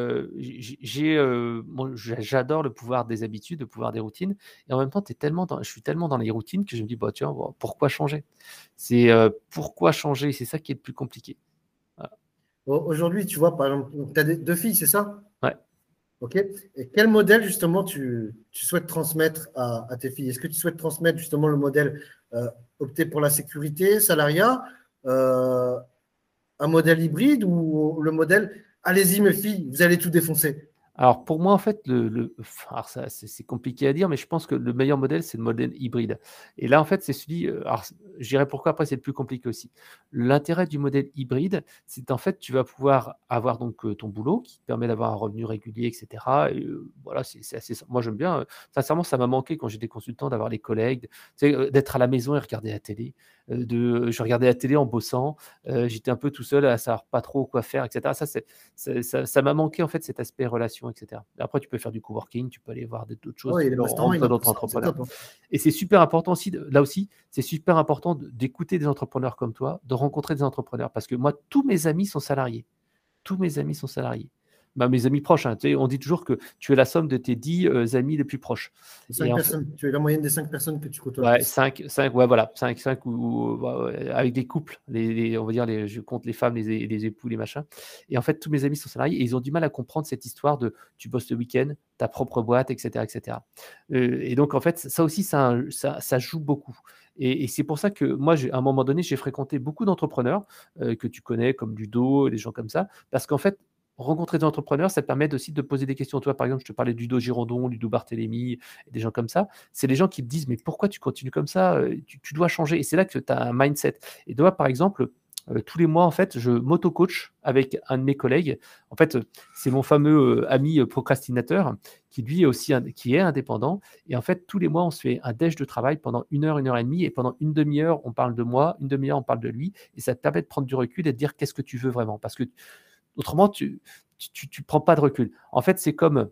moi, j'adore le pouvoir des habitudes, le pouvoir des routines et en même temps, je suis tellement dans les routines que je me dis: «Bah, tiens, bah, pourquoi changer?» Pourquoi changer? C'est ça qui est le plus compliqué. Voilà. Aujourd'hui, tu vois, par exemple, tu as deux filles, c'est ça? Ouais. OK. Et quel modèle, justement, tu souhaites transmettre à tes filles? Est-ce que tu souhaites transmettre, justement, le modèle opter pour la sécurité, salariat, euh, un modèle hybride ou le modèle allez-y, mes filles, vous allez tout défoncer? Alors pour moi, en fait, alors ça, c'est compliqué à dire, mais je pense que le meilleur modèle, c'est le modèle hybride. Et là, en fait, c'est celui, alors je dirais pourquoi après c'est le plus compliqué aussi. L'intérêt du modèle hybride, c'est en fait, tu vas pouvoir avoir donc, ton boulot qui te permet d'avoir un revenu régulier et cetera et voilà, c'est assez moi j'aime bien, sincèrement, ça m'a manqué quand j'étais consultant d'avoir les collègues, tu sais, d'être à la maison et regarder la télé, je regardais la télé en bossant, j'étais un peu tout seul à savoir pas trop quoi faire et cetera. Ça m'a manqué en fait cet aspect relation et cetera. Après tu peux faire du coworking, tu peux aller voir d'autres choses, Oh, il y tu a les peux masterminds rencontrer pour d'autres ça, c'est entrepreneurs top, hein. et c'est super important aussi là aussi, c'est super important d'écouter des entrepreneurs comme toi, de rencontrer des entrepreneurs parce que moi tous mes amis sont salariés. Tous mes amis sont salariés. Bah, mes amis proches, hein, tu sais, on dit toujours que tu es la somme de tes 10 amis les plus proches et Cinq en fait personnes. Tu es la moyenne des 5 personnes que tu côtoies le ouais, plus. 5 ouais, voilà, 5 ou ouais, avec des couples, on va dire je compte les femmes, les époux, les machins et en fait, tous mes amis sont salariés et ils ont du mal à comprendre cette histoire de tu bosses le week-end, ta propre boîte et cetera et cetera. Et donc en fait, ça aussi, ça joue beaucoup et c'est pour ça que moi, à un moment donné, j'ai fréquenté beaucoup d'entrepreneurs, que tu connais comme Ludo, des gens comme ça, parce qu'en fait, rencontrer des entrepreneurs, ça te permet aussi de poser des questions. Toi, par exemple, je te parlais d'Udo Girondon, Ludo Barthélémy et des gens comme ça. C'est les gens qui te disent: «Mais pourquoi tu continues comme ça? Tu dois changer» et c'est là que tu as un mindset et toi, par exemple, tous les mois, en fait, je m'auto-coach avec un de mes collègues. En fait, c'est mon fameux ami procrastinateur qui, lui, qui est indépendant. Et en fait, tous les mois, on se fait un déj de travail pendant 1 heure et demie. Et pendant une demi-heure, on parle de moi, une demi-heure, on parle de lui. Et ça te permet de prendre du recul et de dire qu'est-ce que tu veux vraiment. Parce que autrement, tu prends pas de recul. En fait, c'est comme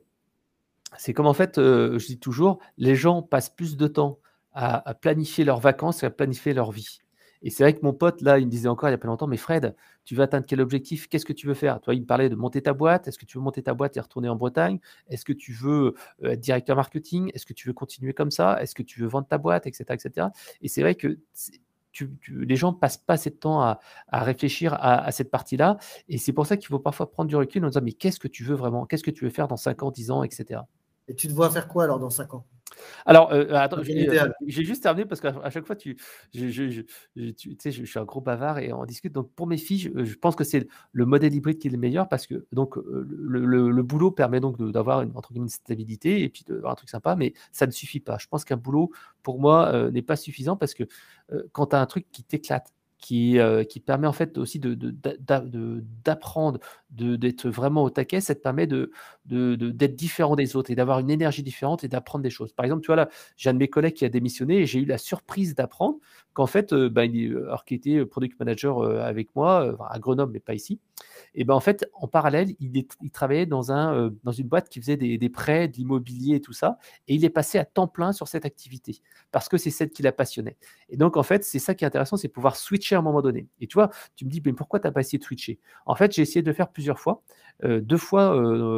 en fait, je dis toujours, les gens passent plus de temps à planifier leurs vacances qu'à planifier leur vie. Et c'est vrai que mon pote, là, il me disait encore il n'y a pas longtemps, mais Fred, tu veux atteindre quel objectif? Qu'est-ce que tu veux faire? Toi, il me parlait de monter ta boîte. Est-ce que tu veux monter ta boîte et retourner en Bretagne? Est-ce que tu veux être directeur marketing? Est-ce que tu veux continuer comme ça? Est-ce que tu veux vendre ta boîte, etc., etc. Et c'est vrai que les gens ne passent pas assez de temps à réfléchir à cette partie-là. Et c'est pour ça qu'il faut parfois prendre du recul en disant mais qu'est-ce que tu veux vraiment? Qu'est-ce que tu veux faire dans 5 ans, 10 ans, etc. Et tu te vois faire quoi alors dans 5 ans? Alors, attends, Dans quel idéal? j'ai juste terminé parce qu'à chaque fois, tu sais, je suis un gros bavard et on discute. Donc, pour mes filles, je pense que c'est le modèle hybride qui est le meilleur parce que donc, le boulot permet donc d'avoir entre guillemets une stabilité et puis d'avoir un truc sympa, mais ça ne suffit pas. Je pense qu'un boulot, pour moi, n'est pas suffisant parce que quand tu as un truc qui t'éclate, qui permet en fait aussi d'apprendre, d'être vraiment au taquet, ça te permet d'être différent des autres et d'avoir une énergie différente et d'apprendre des choses. Par exemple, tu vois là, j'ai un de mes collègues qui a démissionné et j'ai eu la surprise d'apprendre qu'en fait, alors qu'il était product manager avec moi, à Grenoble, mais pas ici. Et ben en fait, en parallèle, il travaillait dans une boîte qui faisait des prêts, de l'immobilier et tout ça. Et il est passé à temps plein sur cette activité parce que c'est celle qui la passionnait. Et donc, en fait, c'est ça qui est intéressant, c'est pouvoir switcher à un moment donné. Et tu vois, tu me dis, mais pourquoi tu n'as pas essayé de switcher? En fait, j'ai essayé de le faire plusieurs fois, 2 fois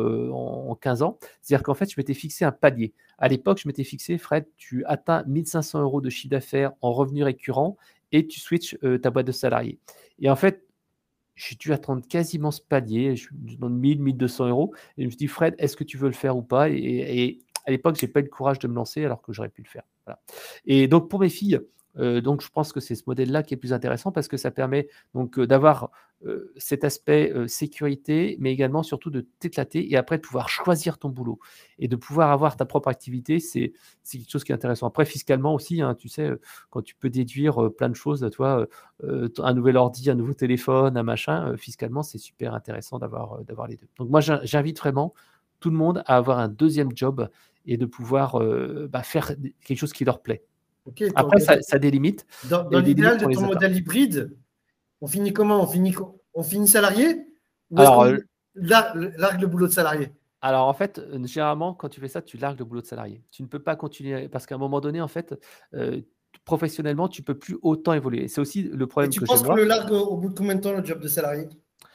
en 15 ans. C'est-à-dire qu'en fait, je m'étais fixé un palier. À l'époque, je m'étais fixé, Fred, tu atteins 1500 € de chiffre d'affaires en revenus récurrents et tu switches ta boîte de salarié. Et en fait, j'ai dû attendre quasiment ce palier, je me demande 1 200 € et je me suis dit: «Fred, est-ce que tu veux le faire ou pas?» et à l'époque, j'ai pas eu le courage de me lancer alors que j'aurais pu le faire. Voilà. Et donc pour mes filles, donc je pense que c'est ce modèle-là qui est plus intéressant parce que ça permet donc, d'avoir, cet aspect, sécurité, mais également surtout de t'éclater et après de pouvoir choisir ton boulot et de pouvoir avoir ta propre activité, c'est quelque chose qui est intéressant. Après fiscalement aussi, hein, tu sais, quand tu peux déduire, plein de choses, tu vois, un nouvel ordi, un nouveau téléphone, un machin, fiscalement, c'est super intéressant d'avoir les 2. Donc moi, j'invite vraiment tout le monde à avoir un deuxième job et de pouvoir, faire quelque chose qui leur plaît. Ok, Après, ça a des limites. dans l'idéal de ton modèle hybride, on finit comment? On finit salarié? Ou est-ce Alors, qu'on largue le boulot de salarié? alors en fait, généralement, quand tu fais ça, tu largues le boulot de salarié. Tu ne peux pas continuer parce qu'à un moment donné, en fait, professionnellement, tu ne peux plus autant évoluer. C'est aussi le Et problème tu que j'ai penses qu'on moi. le largue au bout de combien de temps, le job de salarié?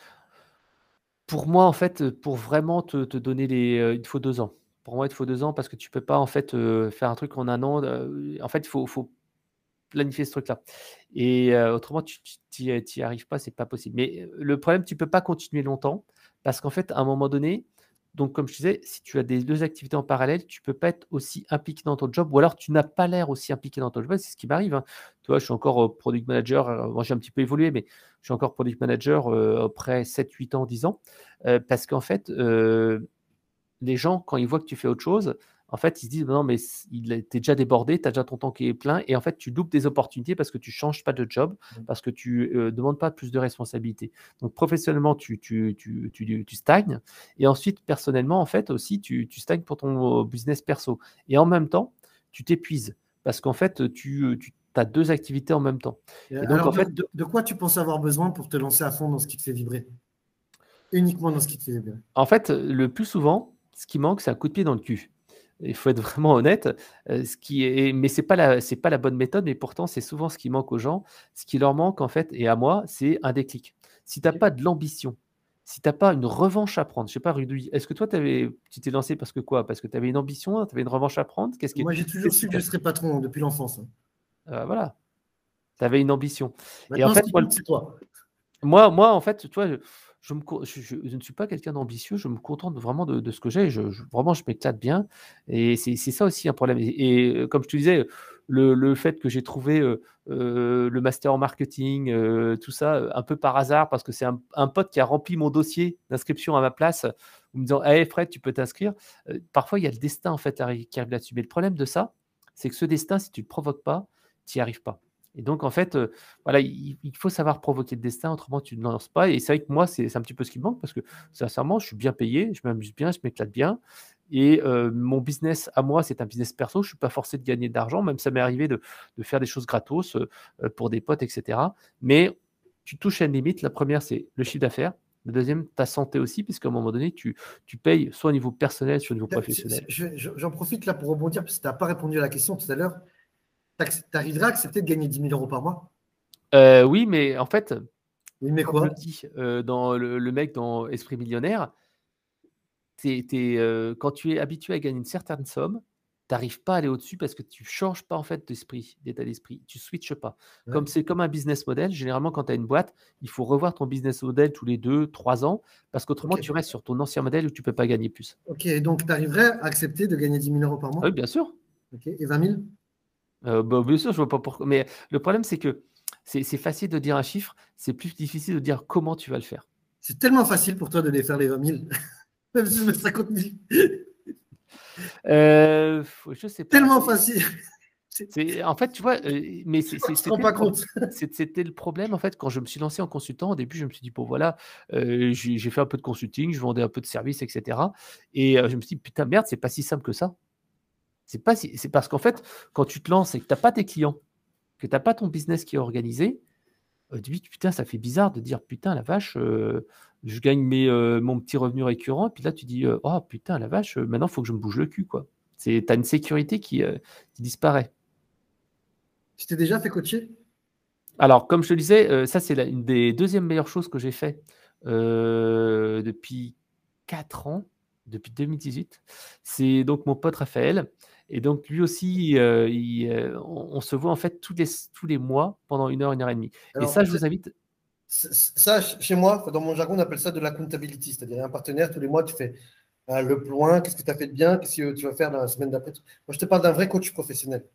Pour moi, en fait, pour vraiment te donner il te faut 2 ans. Pour moi, il te faut 2 ans parce que tu peux pas, en fait, faire un truc en 1 an, en fait, il faut planifier ce truc-là et autrement tu y arrives pas, c'est pas possible. Mais le problème, tu peux pas continuer longtemps parce qu'en fait, à un moment donné, donc comme je disais, si tu as des 2 activités en parallèle, tu peux pas être aussi impliqué dans ton job ou alors tu n'as pas l'air aussi impliqué dans ton job. C'est ce qui m'arrive, hein. Tu vois, je suis encore, product manager, moi j'ai un petit peu évolué, mais je suis encore product manager, après 7-8 ans, 10 ans, parce qu'en fait, les gens, quand ils voient que tu fais autre chose, en fait, ils se disent: «Non, mais tu es déjà débordé, tu as déjà ton temps qui est plein» et en fait, tu loupes des opportunités parce que tu changes pas de job, parce que tu, demandes pas plus de responsabilités. Donc professionnellement, tu stagnes et ensuite personnellement, en fait, aussi, tu stagnes pour ton business perso et en même temps, tu t'épuises parce qu'en fait, tu as 2 activités en même temps et donc Alors, en fait, de quoi tu penses avoir besoin pour te lancer à fond dans ce qui te fait vibrer? Uniquement dans ce qui te fait vibrer. le plus souvent, ce qui manque, c'est un coup de pied dans le cul. Il faut être vraiment honnête, mais c'est pas la bonne méthode, mais pourtant c'est souvent ce qui manque aux gens. Ce qui leur manque en fait et à moi, c'est un déclic. Si tu as pas de l'ambition, si tu as pas une revanche à prendre, je sais pas Rudy, est-ce que toi tu t'es lancé parce que quoi? Parce que tu avais une ambition, tu avais une revanche à prendre? Moi, j'ai toujours Qu'est-ce qui su que je t'a serais patron depuis l'enfance, hein. voilà, tu avais une ambition et en Maintenant, ce fait qui moi compte, c'est toi. moi, en fait, tu vois, je ne suis pas quelqu'un d'ambitieux, je me contente vraiment de ce que j'ai, vraiment, je m'éclate bien et c'est ça aussi un problème et comme je te disais, le fait que j'ai trouvé, le master en marketing, tout ça, un peu par hasard parce que c'est un pote qui a rempli mon dossier d'inscription à ma place, en me disant: «Allez Fred, tu peux t'inscrire». Parfois, il y a le destin, en fait, qui arrive là-dessus mais le problème de ça, c'est que ce destin, si tu ne le provoques pas, tu n'y arrives pas Et donc, en fait, voilà, il faut savoir provoquer le destin, autrement tu ne lances pas. Et c'est vrai que moi, c'est un petit peu ce qui me manque parce que sincèrement, je suis bien payé, je m'amuse bien, je m'éclate bien. Et mon business à moi, c'est un business perso. Je ne suis pas forcé de gagner de l'argent, même ça m'est arrivé de faire des choses gratos pour des potes, etc. Mais tu touches à une limite. La première, c'est le chiffre d'affaires. La deuxième, ta santé aussi, puisqu'à un moment donné, tu payes soit au niveau personnel, soit au niveau professionnel. J'en profite là pour rebondir, parce que tu n'as pas répondu à la question tout à l'heure. Tu arriveras à accepter de gagner 10 000 euros par mois? Oui, mais en fait, Oui, mais comme le quoi? dit dans le mec dans Esprit millionnaire, quand tu es habitué à gagner une certaine somme, tu n'arrives pas à aller au-dessus parce que tu ne changes pas en fait d'état d'esprit. Tu ne switches pas. Ouais. C'est comme un business model. Généralement, quand tu as une boîte, il faut revoir ton business model tous les 2-3 ans parce qu'autrement, Ok, tu restes sur ton ancien modèle où tu ne peux pas gagner plus. ok, donc tu arriverais à accepter de gagner 10 000 euros par Ah oui, mois? bien sûr. Ok, et 20 000? Bien sûr, je vois pas pourquoi. Mais le problème, c'est que c'est facile de dire un chiffre, c'est plus difficile de dire comment tu vas le faire. C'est tellement facile pour toi de les faire les 20 000, même si je mets 50 000. Je sais pas. Tellement facile. En fait, tu vois, mais Tu ne te rends pas compte. c'était le problème, en fait, quand je me suis lancé en consultant. Au début, je me suis dit, bon, voilà, j'ai fait un peu de consulting, je vendais un peu de services, etc. Et je me suis dit, putain, merde, c'est pas si simple que ça. C'est parce qu'en fait, quand tu te lances et que tu n'as pas tes clients, que tu n'as pas ton business qui est organisé, tu te dis, putain, ça fait bizarre de dire, putain, la vache, je gagne mon petit revenu récurrent. Et puis là, tu dis, oh putain, la vache, maintenant, il faut que je me bouge le cul, quoi. Tu as une sécurité qui disparaît. Tu t'es déjà fait coacher? Alors, comme je te le disais, ça, c'est une des deuxièmes meilleures choses que j'ai fait depuis 4 ans, depuis 2018. C'est donc mon pote Raphaël. Et donc, lui aussi, on se voit en fait tous les mois pendant 1 heure et demie. Et Alors, ça, je vous invite. ça, chez moi, dans mon jargon, on appelle ça de l'accountability. C'est-à-dire un partenaire, tous les mois, tu fais le point, qu'est-ce que tu as fait de bien, qu'est-ce que tu vas faire dans la semaine d'après. Moi, je te parle d'un vrai coach professionnel.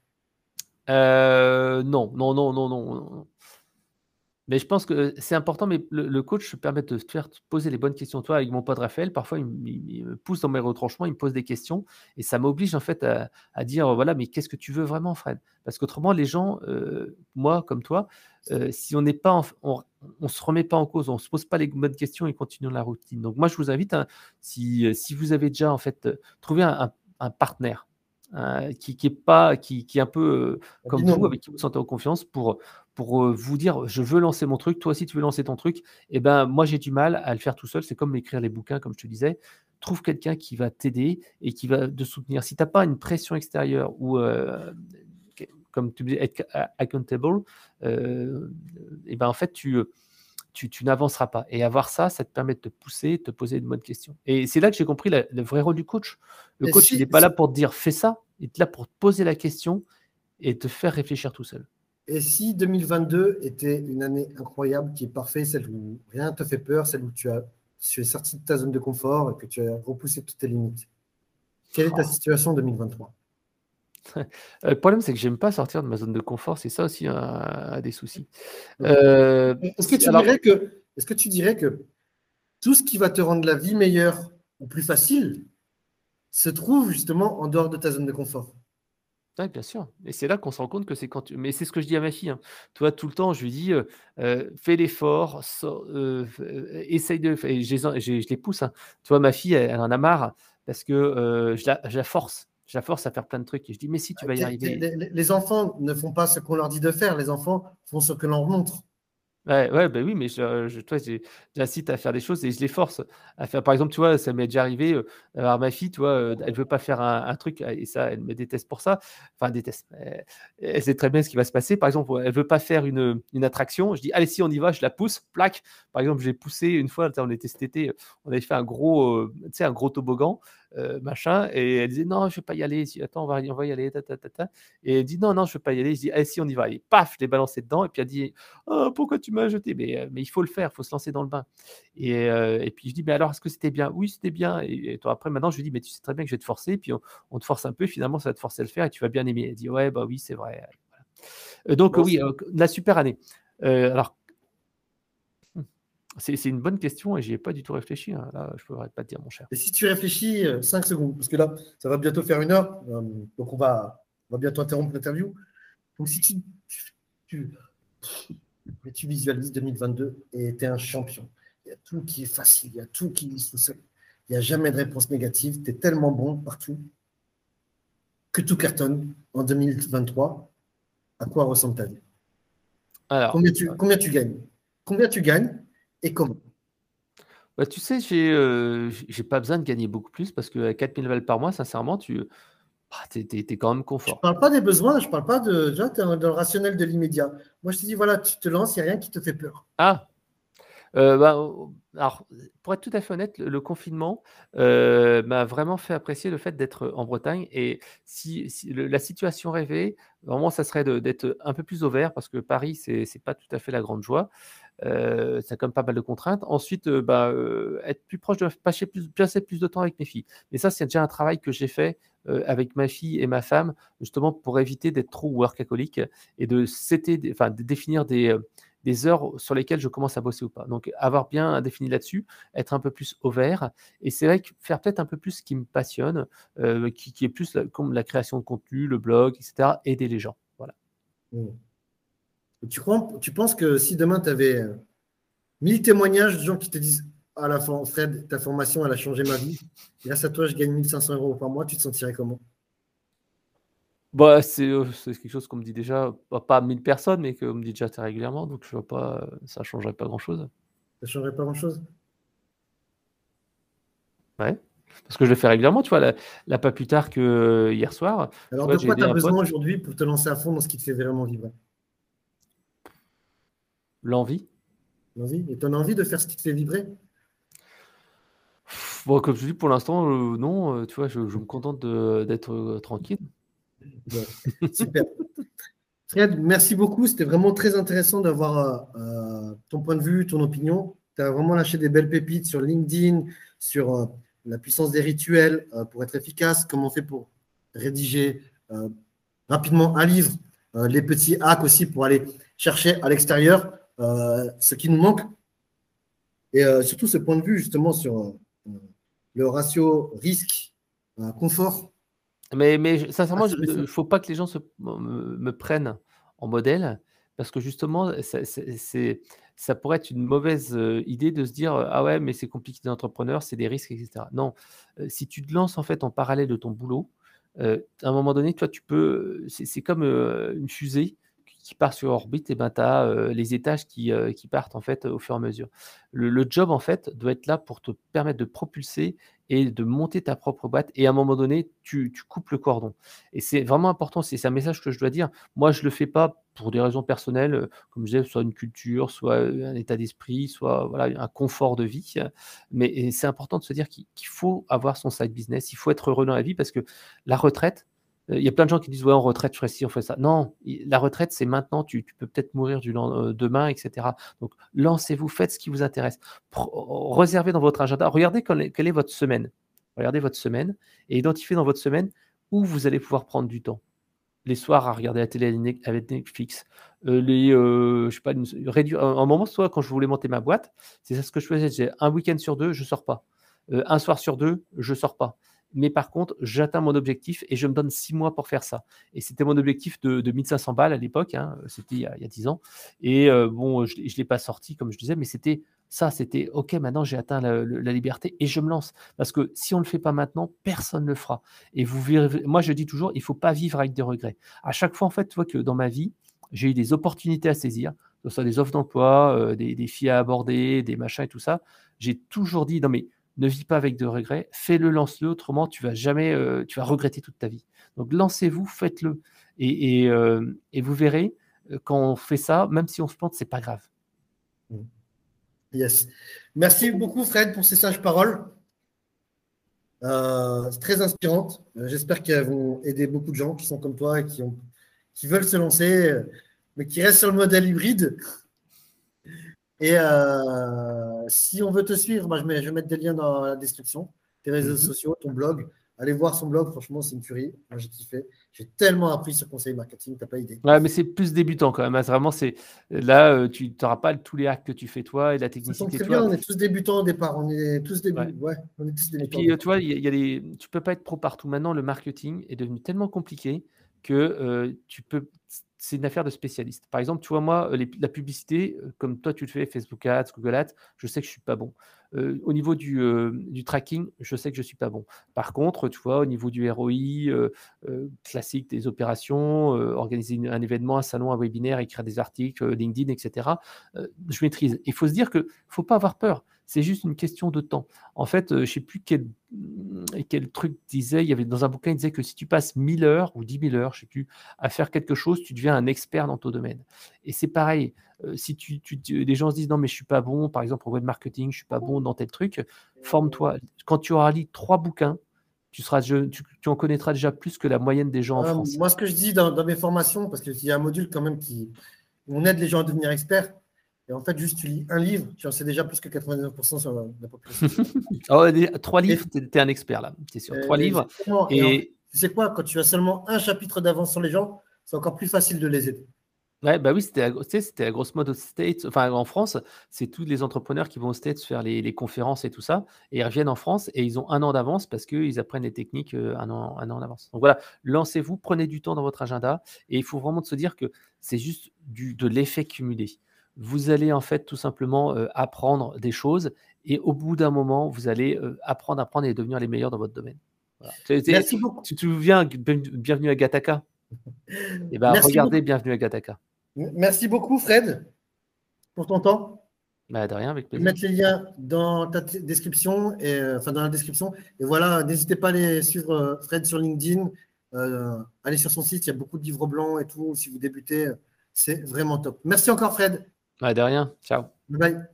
Non, non, non, non, non, non. Mais je pense que c'est important, mais le coach se permet de te faire poser les bonnes questions. Toi, avec mon pote Raphaël, parfois, il me pousse dans mes retranchements, il me pose des questions et ça m'oblige en fait à dire, voilà, mais qu'est-ce que tu veux vraiment, Fred? Parce qu'autrement, les gens, moi comme toi, si on n'est pas, on se remet pas en cause, on se pose pas les bonnes questions et continue la routine. Donc moi, je vous invite, hein, si vous avez déjà en fait trouvé un partenaire qui est un peu comme vous, Binôme. avec qui vous sentez en confiance pour vous dire, je veux lancer mon truc, toi aussi tu veux lancer ton truc, et ben moi j'ai du mal à le faire tout seul, c'est comme écrire les bouquins, comme je te disais. Trouve quelqu'un qui va t'aider et qui va te soutenir. Si tu n'as pas une pression extérieure ou, comme tu dis, être accountable, et ben en fait, tu n'avanceras pas. Et avoir ça, ça te permet de te pousser, de te poser de bonnes questions. Et c'est là que j'ai compris le vrai rôle du coach. Le Et coach, il n'est pas là pour te dire fais ça, il est là pour te poser la question et te faire réfléchir tout seul. Et si 2022 était une année incroyable, qui est parfaite, celle où rien ne te fait peur, celle où tu es sorti de ta zone de confort et que tu as repoussé toutes tes limites, quelle est ta situation en 2023? Le problème, c'est que j'aime pas sortir de ma zone de confort. C'est ça aussi un des soucis. Ok. Alors, Est-ce que tu dirais que tout ce qui va te rendre la vie meilleure ou plus facile se trouve justement en dehors de ta zone de confort? ouais, bien sûr. Et c'est là qu'on se rend compte que c'est quand tu. Mais c'est ce que je dis à ma fille, hein. Tu vois, tout le temps, je lui dis fais l'effort, essaye de. Et je les pousse, hein. Tu vois, ma fille, elle en a marre parce que je la force. Je la force à faire plein de trucs. Et je dis mais si, tu vas y arriver. Les enfants ne font pas ce qu'on leur dit de faire, les enfants font ce que l'on leur montre. Ouais, ouais, bah, oui, mais toi, j'incite à faire des choses et je les force à faire. Par exemple, tu vois, ça m'est déjà arrivé, alors ma fille, tu vois, elle veut pas faire un truc et ça, elle me déteste pour ça. Enfin, déteste. Elle sait très bien ce qui va se passer. Par exemple, elle veut pas faire une attraction. Je dis: «Allez, si, on y va», je la pousse, plaque. Par exemple, j'ai poussé une fois, on était cet été, on avait fait un gros, tu sais, un gros toboggan, machin, et elle disait: «Non, je vais pas y aller». Je dis: «Attends, on va y aller, ta ta ta ta», et elle dit: «Non, non, je veux pas y aller». Je dis: «Allez, si, on y va». Et paf, je l'ai balancé dedans et puis elle dit: «Oh, pourquoi tu m'as jeté?» Mais il faut le faire, il faut se lancer dans le bain. Et puis je dis: «Mais alors, est-ce que c'était bien?» «Oui, c'était bien». Et toi, après, maintenant, je lui dis: «Mais tu sais très bien que je vais te forcer, puis on te force un peu, finalement, ça va te forcer à le faire et tu vas bien aimer». Elle dit: «Ouais, bah oui, c'est vrai». Voilà. Donc Bon, oui, la super année. Alors, c'est une bonne question et j'y ai pas du tout réfléchi, hein. Là, je ne pourrais pas te dire, mon cher. et si tu réfléchis 5 secondes, parce que là, ça va bientôt faire 1 heure, donc on va bientôt interrompre l'interview. Donc, si tu tu, mais tu visualises 2022 et tu es un champion. Il y a tout qui est facile, il y a tout qui est tout seul. Il n'y a jamais de réponse négative. Tu es tellement bon partout que tout cartonne en 2023. À quoi ressemble ta vie? Alors, Combien tu gagnes? Combien tu gagnes et comment? bah, tu sais, j'ai pas besoin de gagner beaucoup plus parce qu'à 4000 balles par mois, sincèrement, t'es quand même Je ne confort. parle pas des besoins, je ne parle pas de. Tu es dans le rationnel de l'immédiat. Moi, je te dis, voilà, tu te lances, il n'y a rien qui te fait peur. Ah, alors, pour être tout à fait honnête, le confinement m'a vraiment fait apprécier le fait d'être en Bretagne. Et si la situation rêvée, vraiment, ça serait d'être un peu plus au vert parce que Paris, c'est pas tout à fait la grande joie. Ça a quand même pas mal de contraintes. Ensuite, être plus proche passer plus de temps avec mes filles. Mais ça, c'est déjà un travail que j'ai fait avec ma fille et ma femme, justement pour éviter d'être trop workaholic et de définir des heures sur lesquelles je commence à bosser ou pas. Donc, avoir bien défini là-dessus, être un peu plus au vert. Et c'est vrai que faire peut-être un peu plus ce qui me passionne, qui est plus comme la création de contenu, le blog, etc., aider les gens. Voilà. Et tu penses que si demain tu avais 1000 témoignages de gens qui te disent à la fin, Fred, ta formation, elle a changé ma vie, grâce à toi, je gagne 1500 € par mois, tu te sentirais comment? Bah, c'est quelque chose qu'on me dit déjà, pas à 1000 personnes, mais qu'on me dit déjà très régulièrement, donc je vois pas, ça changerait pas grand-chose. Ça ne changerait pas grand-chose? Ouais, parce que je le fais régulièrement, tu vois, là pas plus tard que hier soir, tu Alors, vois, de j'ai quoi tu aidé as un pote, besoin aujourd'hui pour te lancer à fond dans ce qui te fait vraiment vibrer? l'envie. L'envie? Et tu as envie de faire ce qui te fait vibrer? Bon, comme je dis, pour l'instant, non, tu vois, je me contente d'être tranquille. Bon, super. Fred, merci beaucoup. C'était vraiment très intéressant d'avoir ton point de vue, ton opinion. Tu as vraiment lâché des belles pépites sur LinkedIn, sur la puissance des rituels pour être efficace, comment on fait pour rédiger rapidement un livre, les petits hacks aussi pour aller chercher à l'extérieur ce qui nous manque. Et surtout ce point de vue justement sur le ratio risque-confort. Mais sincèrement, Assez il ne puissant. faut pas que les gens me prennent en modèle, parce que justement, ça pourrait être une mauvaise idée de se dire ah ouais, mais c'est compliqué d'entrepreneur, c'est des risques, etc. Non, si tu te lances en fait en parallèle de ton boulot, à un moment donné, toi, tu peux, c'est comme une fusée qui part sur orbite, et ben tu as les étages qui partent en fait au fur et à mesure. Le job en fait doit être là pour te permettre de propulser et de monter ta propre boîte, et à un moment donné, tu coupes le cordon. Et c'est vraiment important, c'est un message que je dois dire. Moi, je ne le fais pas pour des raisons personnelles, comme je disais, soit une culture, soit un état d'esprit, soit voilà, un confort de vie. Mais c'est important de se dire qu'il faut avoir son side business, il faut être heureux dans la vie, parce que la retraite, il y a plein de gens qui disent ouais, en retraite, je ferai ci, on fait ça. Non, la retraite, c'est maintenant, tu peux peut-être mourir demain, etc. Donc, lancez-vous, faites ce qui vous intéresse. Réservez dans votre agenda, regardez quelle est votre semaine. Regardez votre semaine et identifiez dans votre semaine où vous allez pouvoir prendre du temps. Les soirs à regarder la télé avec Netflix, je sais pas, réduire un moment, soit quand je voulais monter ma boîte, c'est ça ce que je faisais, j'ai un week-end sur 2, je sors pas. Un soir sur 2, je sors pas. Mais par contre, j'atteins mon objectif et je me donne 6 mois pour faire ça. Et c'était mon objectif de 1500 balles à l'époque, hein, c'était il y a 10 ans. Et bon, je ne l'ai pas sorti, comme je disais, mais c'était ça, c'était OK, maintenant j'ai atteint la liberté et je me lance. Parce que si on ne le fait pas maintenant, personne ne le fera. Et vous verrez, moi je dis toujours, il ne faut pas vivre avec des regrets. À chaque fois, en fait, tu vois que dans ma vie, j'ai eu des opportunités à saisir, que ce soit des offres d'emploi, des filles à aborder, des machins et tout ça. J'ai toujours dit, non mais ne vis pas avec de regrets, fais-le, lance-le, autrement tu vas jamais, tu vas regretter toute ta vie. Donc lancez-vous, faites-le. Et vous verrez, quand on fait ça, même si on se plante, c'est pas grave. Yes. Merci beaucoup, Fred, pour ces sages paroles. C'est très inspirantes. J'espère qu'elles vont aider beaucoup de gens qui sont comme toi et qui veulent se lancer, mais qui restent sur le modèle hybride. Et si on veut te suivre, je vais mettre des liens dans la description, tes réseaux sociaux, ton blog. Allez voir son blog, franchement, c'est une tuerie. Moi, j'ai kiffé. J'ai tellement appris sur conseil marketing, tu n'as pas idée. Ouais, mais c'est plus débutant quand même, hein. Vraiment, là, tu n'auras pas tous les hacks que tu fais toi et la Ça tombe technicité. très Tu bien, vois. on est tous débutants au départ. On est tous débutants. Ouais. On est tous Et débutants. puis, tu vois, tu peux pas être pro partout. Maintenant, le marketing est devenu tellement compliqué que c'est une affaire de spécialiste. Par exemple, tu vois, moi, la publicité, comme toi tu le fais, Facebook Ads, Google Ads, je sais que je ne suis pas bon. Au niveau du tracking, je sais que je ne suis pas bon. Par contre, tu vois, au niveau du ROI, classique des opérations, organiser un événement, un salon, un webinaire, écrire des articles, LinkedIn, etc., je maîtrise. Il faut se dire qu'il ne faut pas avoir peur. C'est juste une question de temps. En fait, je ne sais plus quel truc disait, il y avait dans un bouquin, il disait que si tu passes 1000 heures ou 10 000 heures, je ne sais plus, à faire quelque chose, tu deviens un expert dans ton domaine. Et c'est pareil, si les gens se disent non mais je ne suis pas bon, par exemple au web marketing, je ne suis pas bon dans tel truc, forme-toi. Quand tu auras lu 3 bouquins, tu en connaîtras déjà plus que la moyenne des gens en France. Moi, ce que je dis dans mes formations, parce qu'il y a un module quand même où on aide les gens à devenir experts, et en fait, juste tu lis un livre, tu en sais déjà plus que 99% sur la population. 3 livres, tu es un expert là, c'est sûr. 3 livres. Et tu sais quoi, quand tu as seulement un chapitre d'avance sur les gens, c'est encore plus facile de les aider. Ouais, bah oui, c'était la grosse mode aux States. Enfin, en France, c'est tous les entrepreneurs qui vont aux States faire les conférences et tout ça, et ils reviennent en France et ils ont 1 an d'avance parce qu'ils apprennent les techniques 1 an en avance. Donc voilà, lancez-vous, prenez du temps dans votre agenda, et il faut vraiment se dire que c'est juste de l'effet cumulé. Vous allez en fait tout simplement apprendre des choses, et au bout d'un moment, vous allez apprendre et devenir les meilleurs dans votre domaine. Voilà. Merci beaucoup. Tu te souviens, Bienvenue à Gattaca? Eh ben, regardez Bienvenue à Gattaca. Merci beaucoup, Fred, pour ton temps. Bah, de rien, avec Je vais plaisir. mettre les liens dans ta description, dans la description. Et voilà, n'hésitez pas à aller suivre Fred sur LinkedIn. Allez sur son site, il y a beaucoup de livres blancs et tout. Si vous débutez, c'est vraiment top. Merci encore, Fred. Ouais, de rien. Ciao. Bye bye.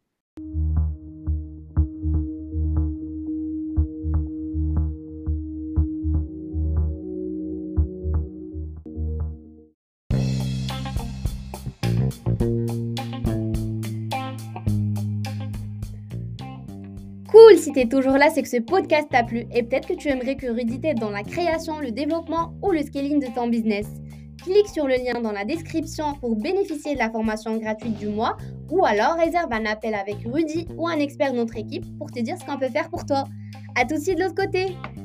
Cool, si t'es toujours là, c'est que ce podcast t'a plu et peut-être que tu aimerais que Rudy t'aide dans la création, le développement ou le scaling de ton business. Clique sur le lien dans la description pour bénéficier de la formation gratuite du mois, ou alors réserve un appel avec Rudy ou un expert de notre équipe pour te dire ce qu'on peut faire pour toi. À tout de suite de l'autre côté.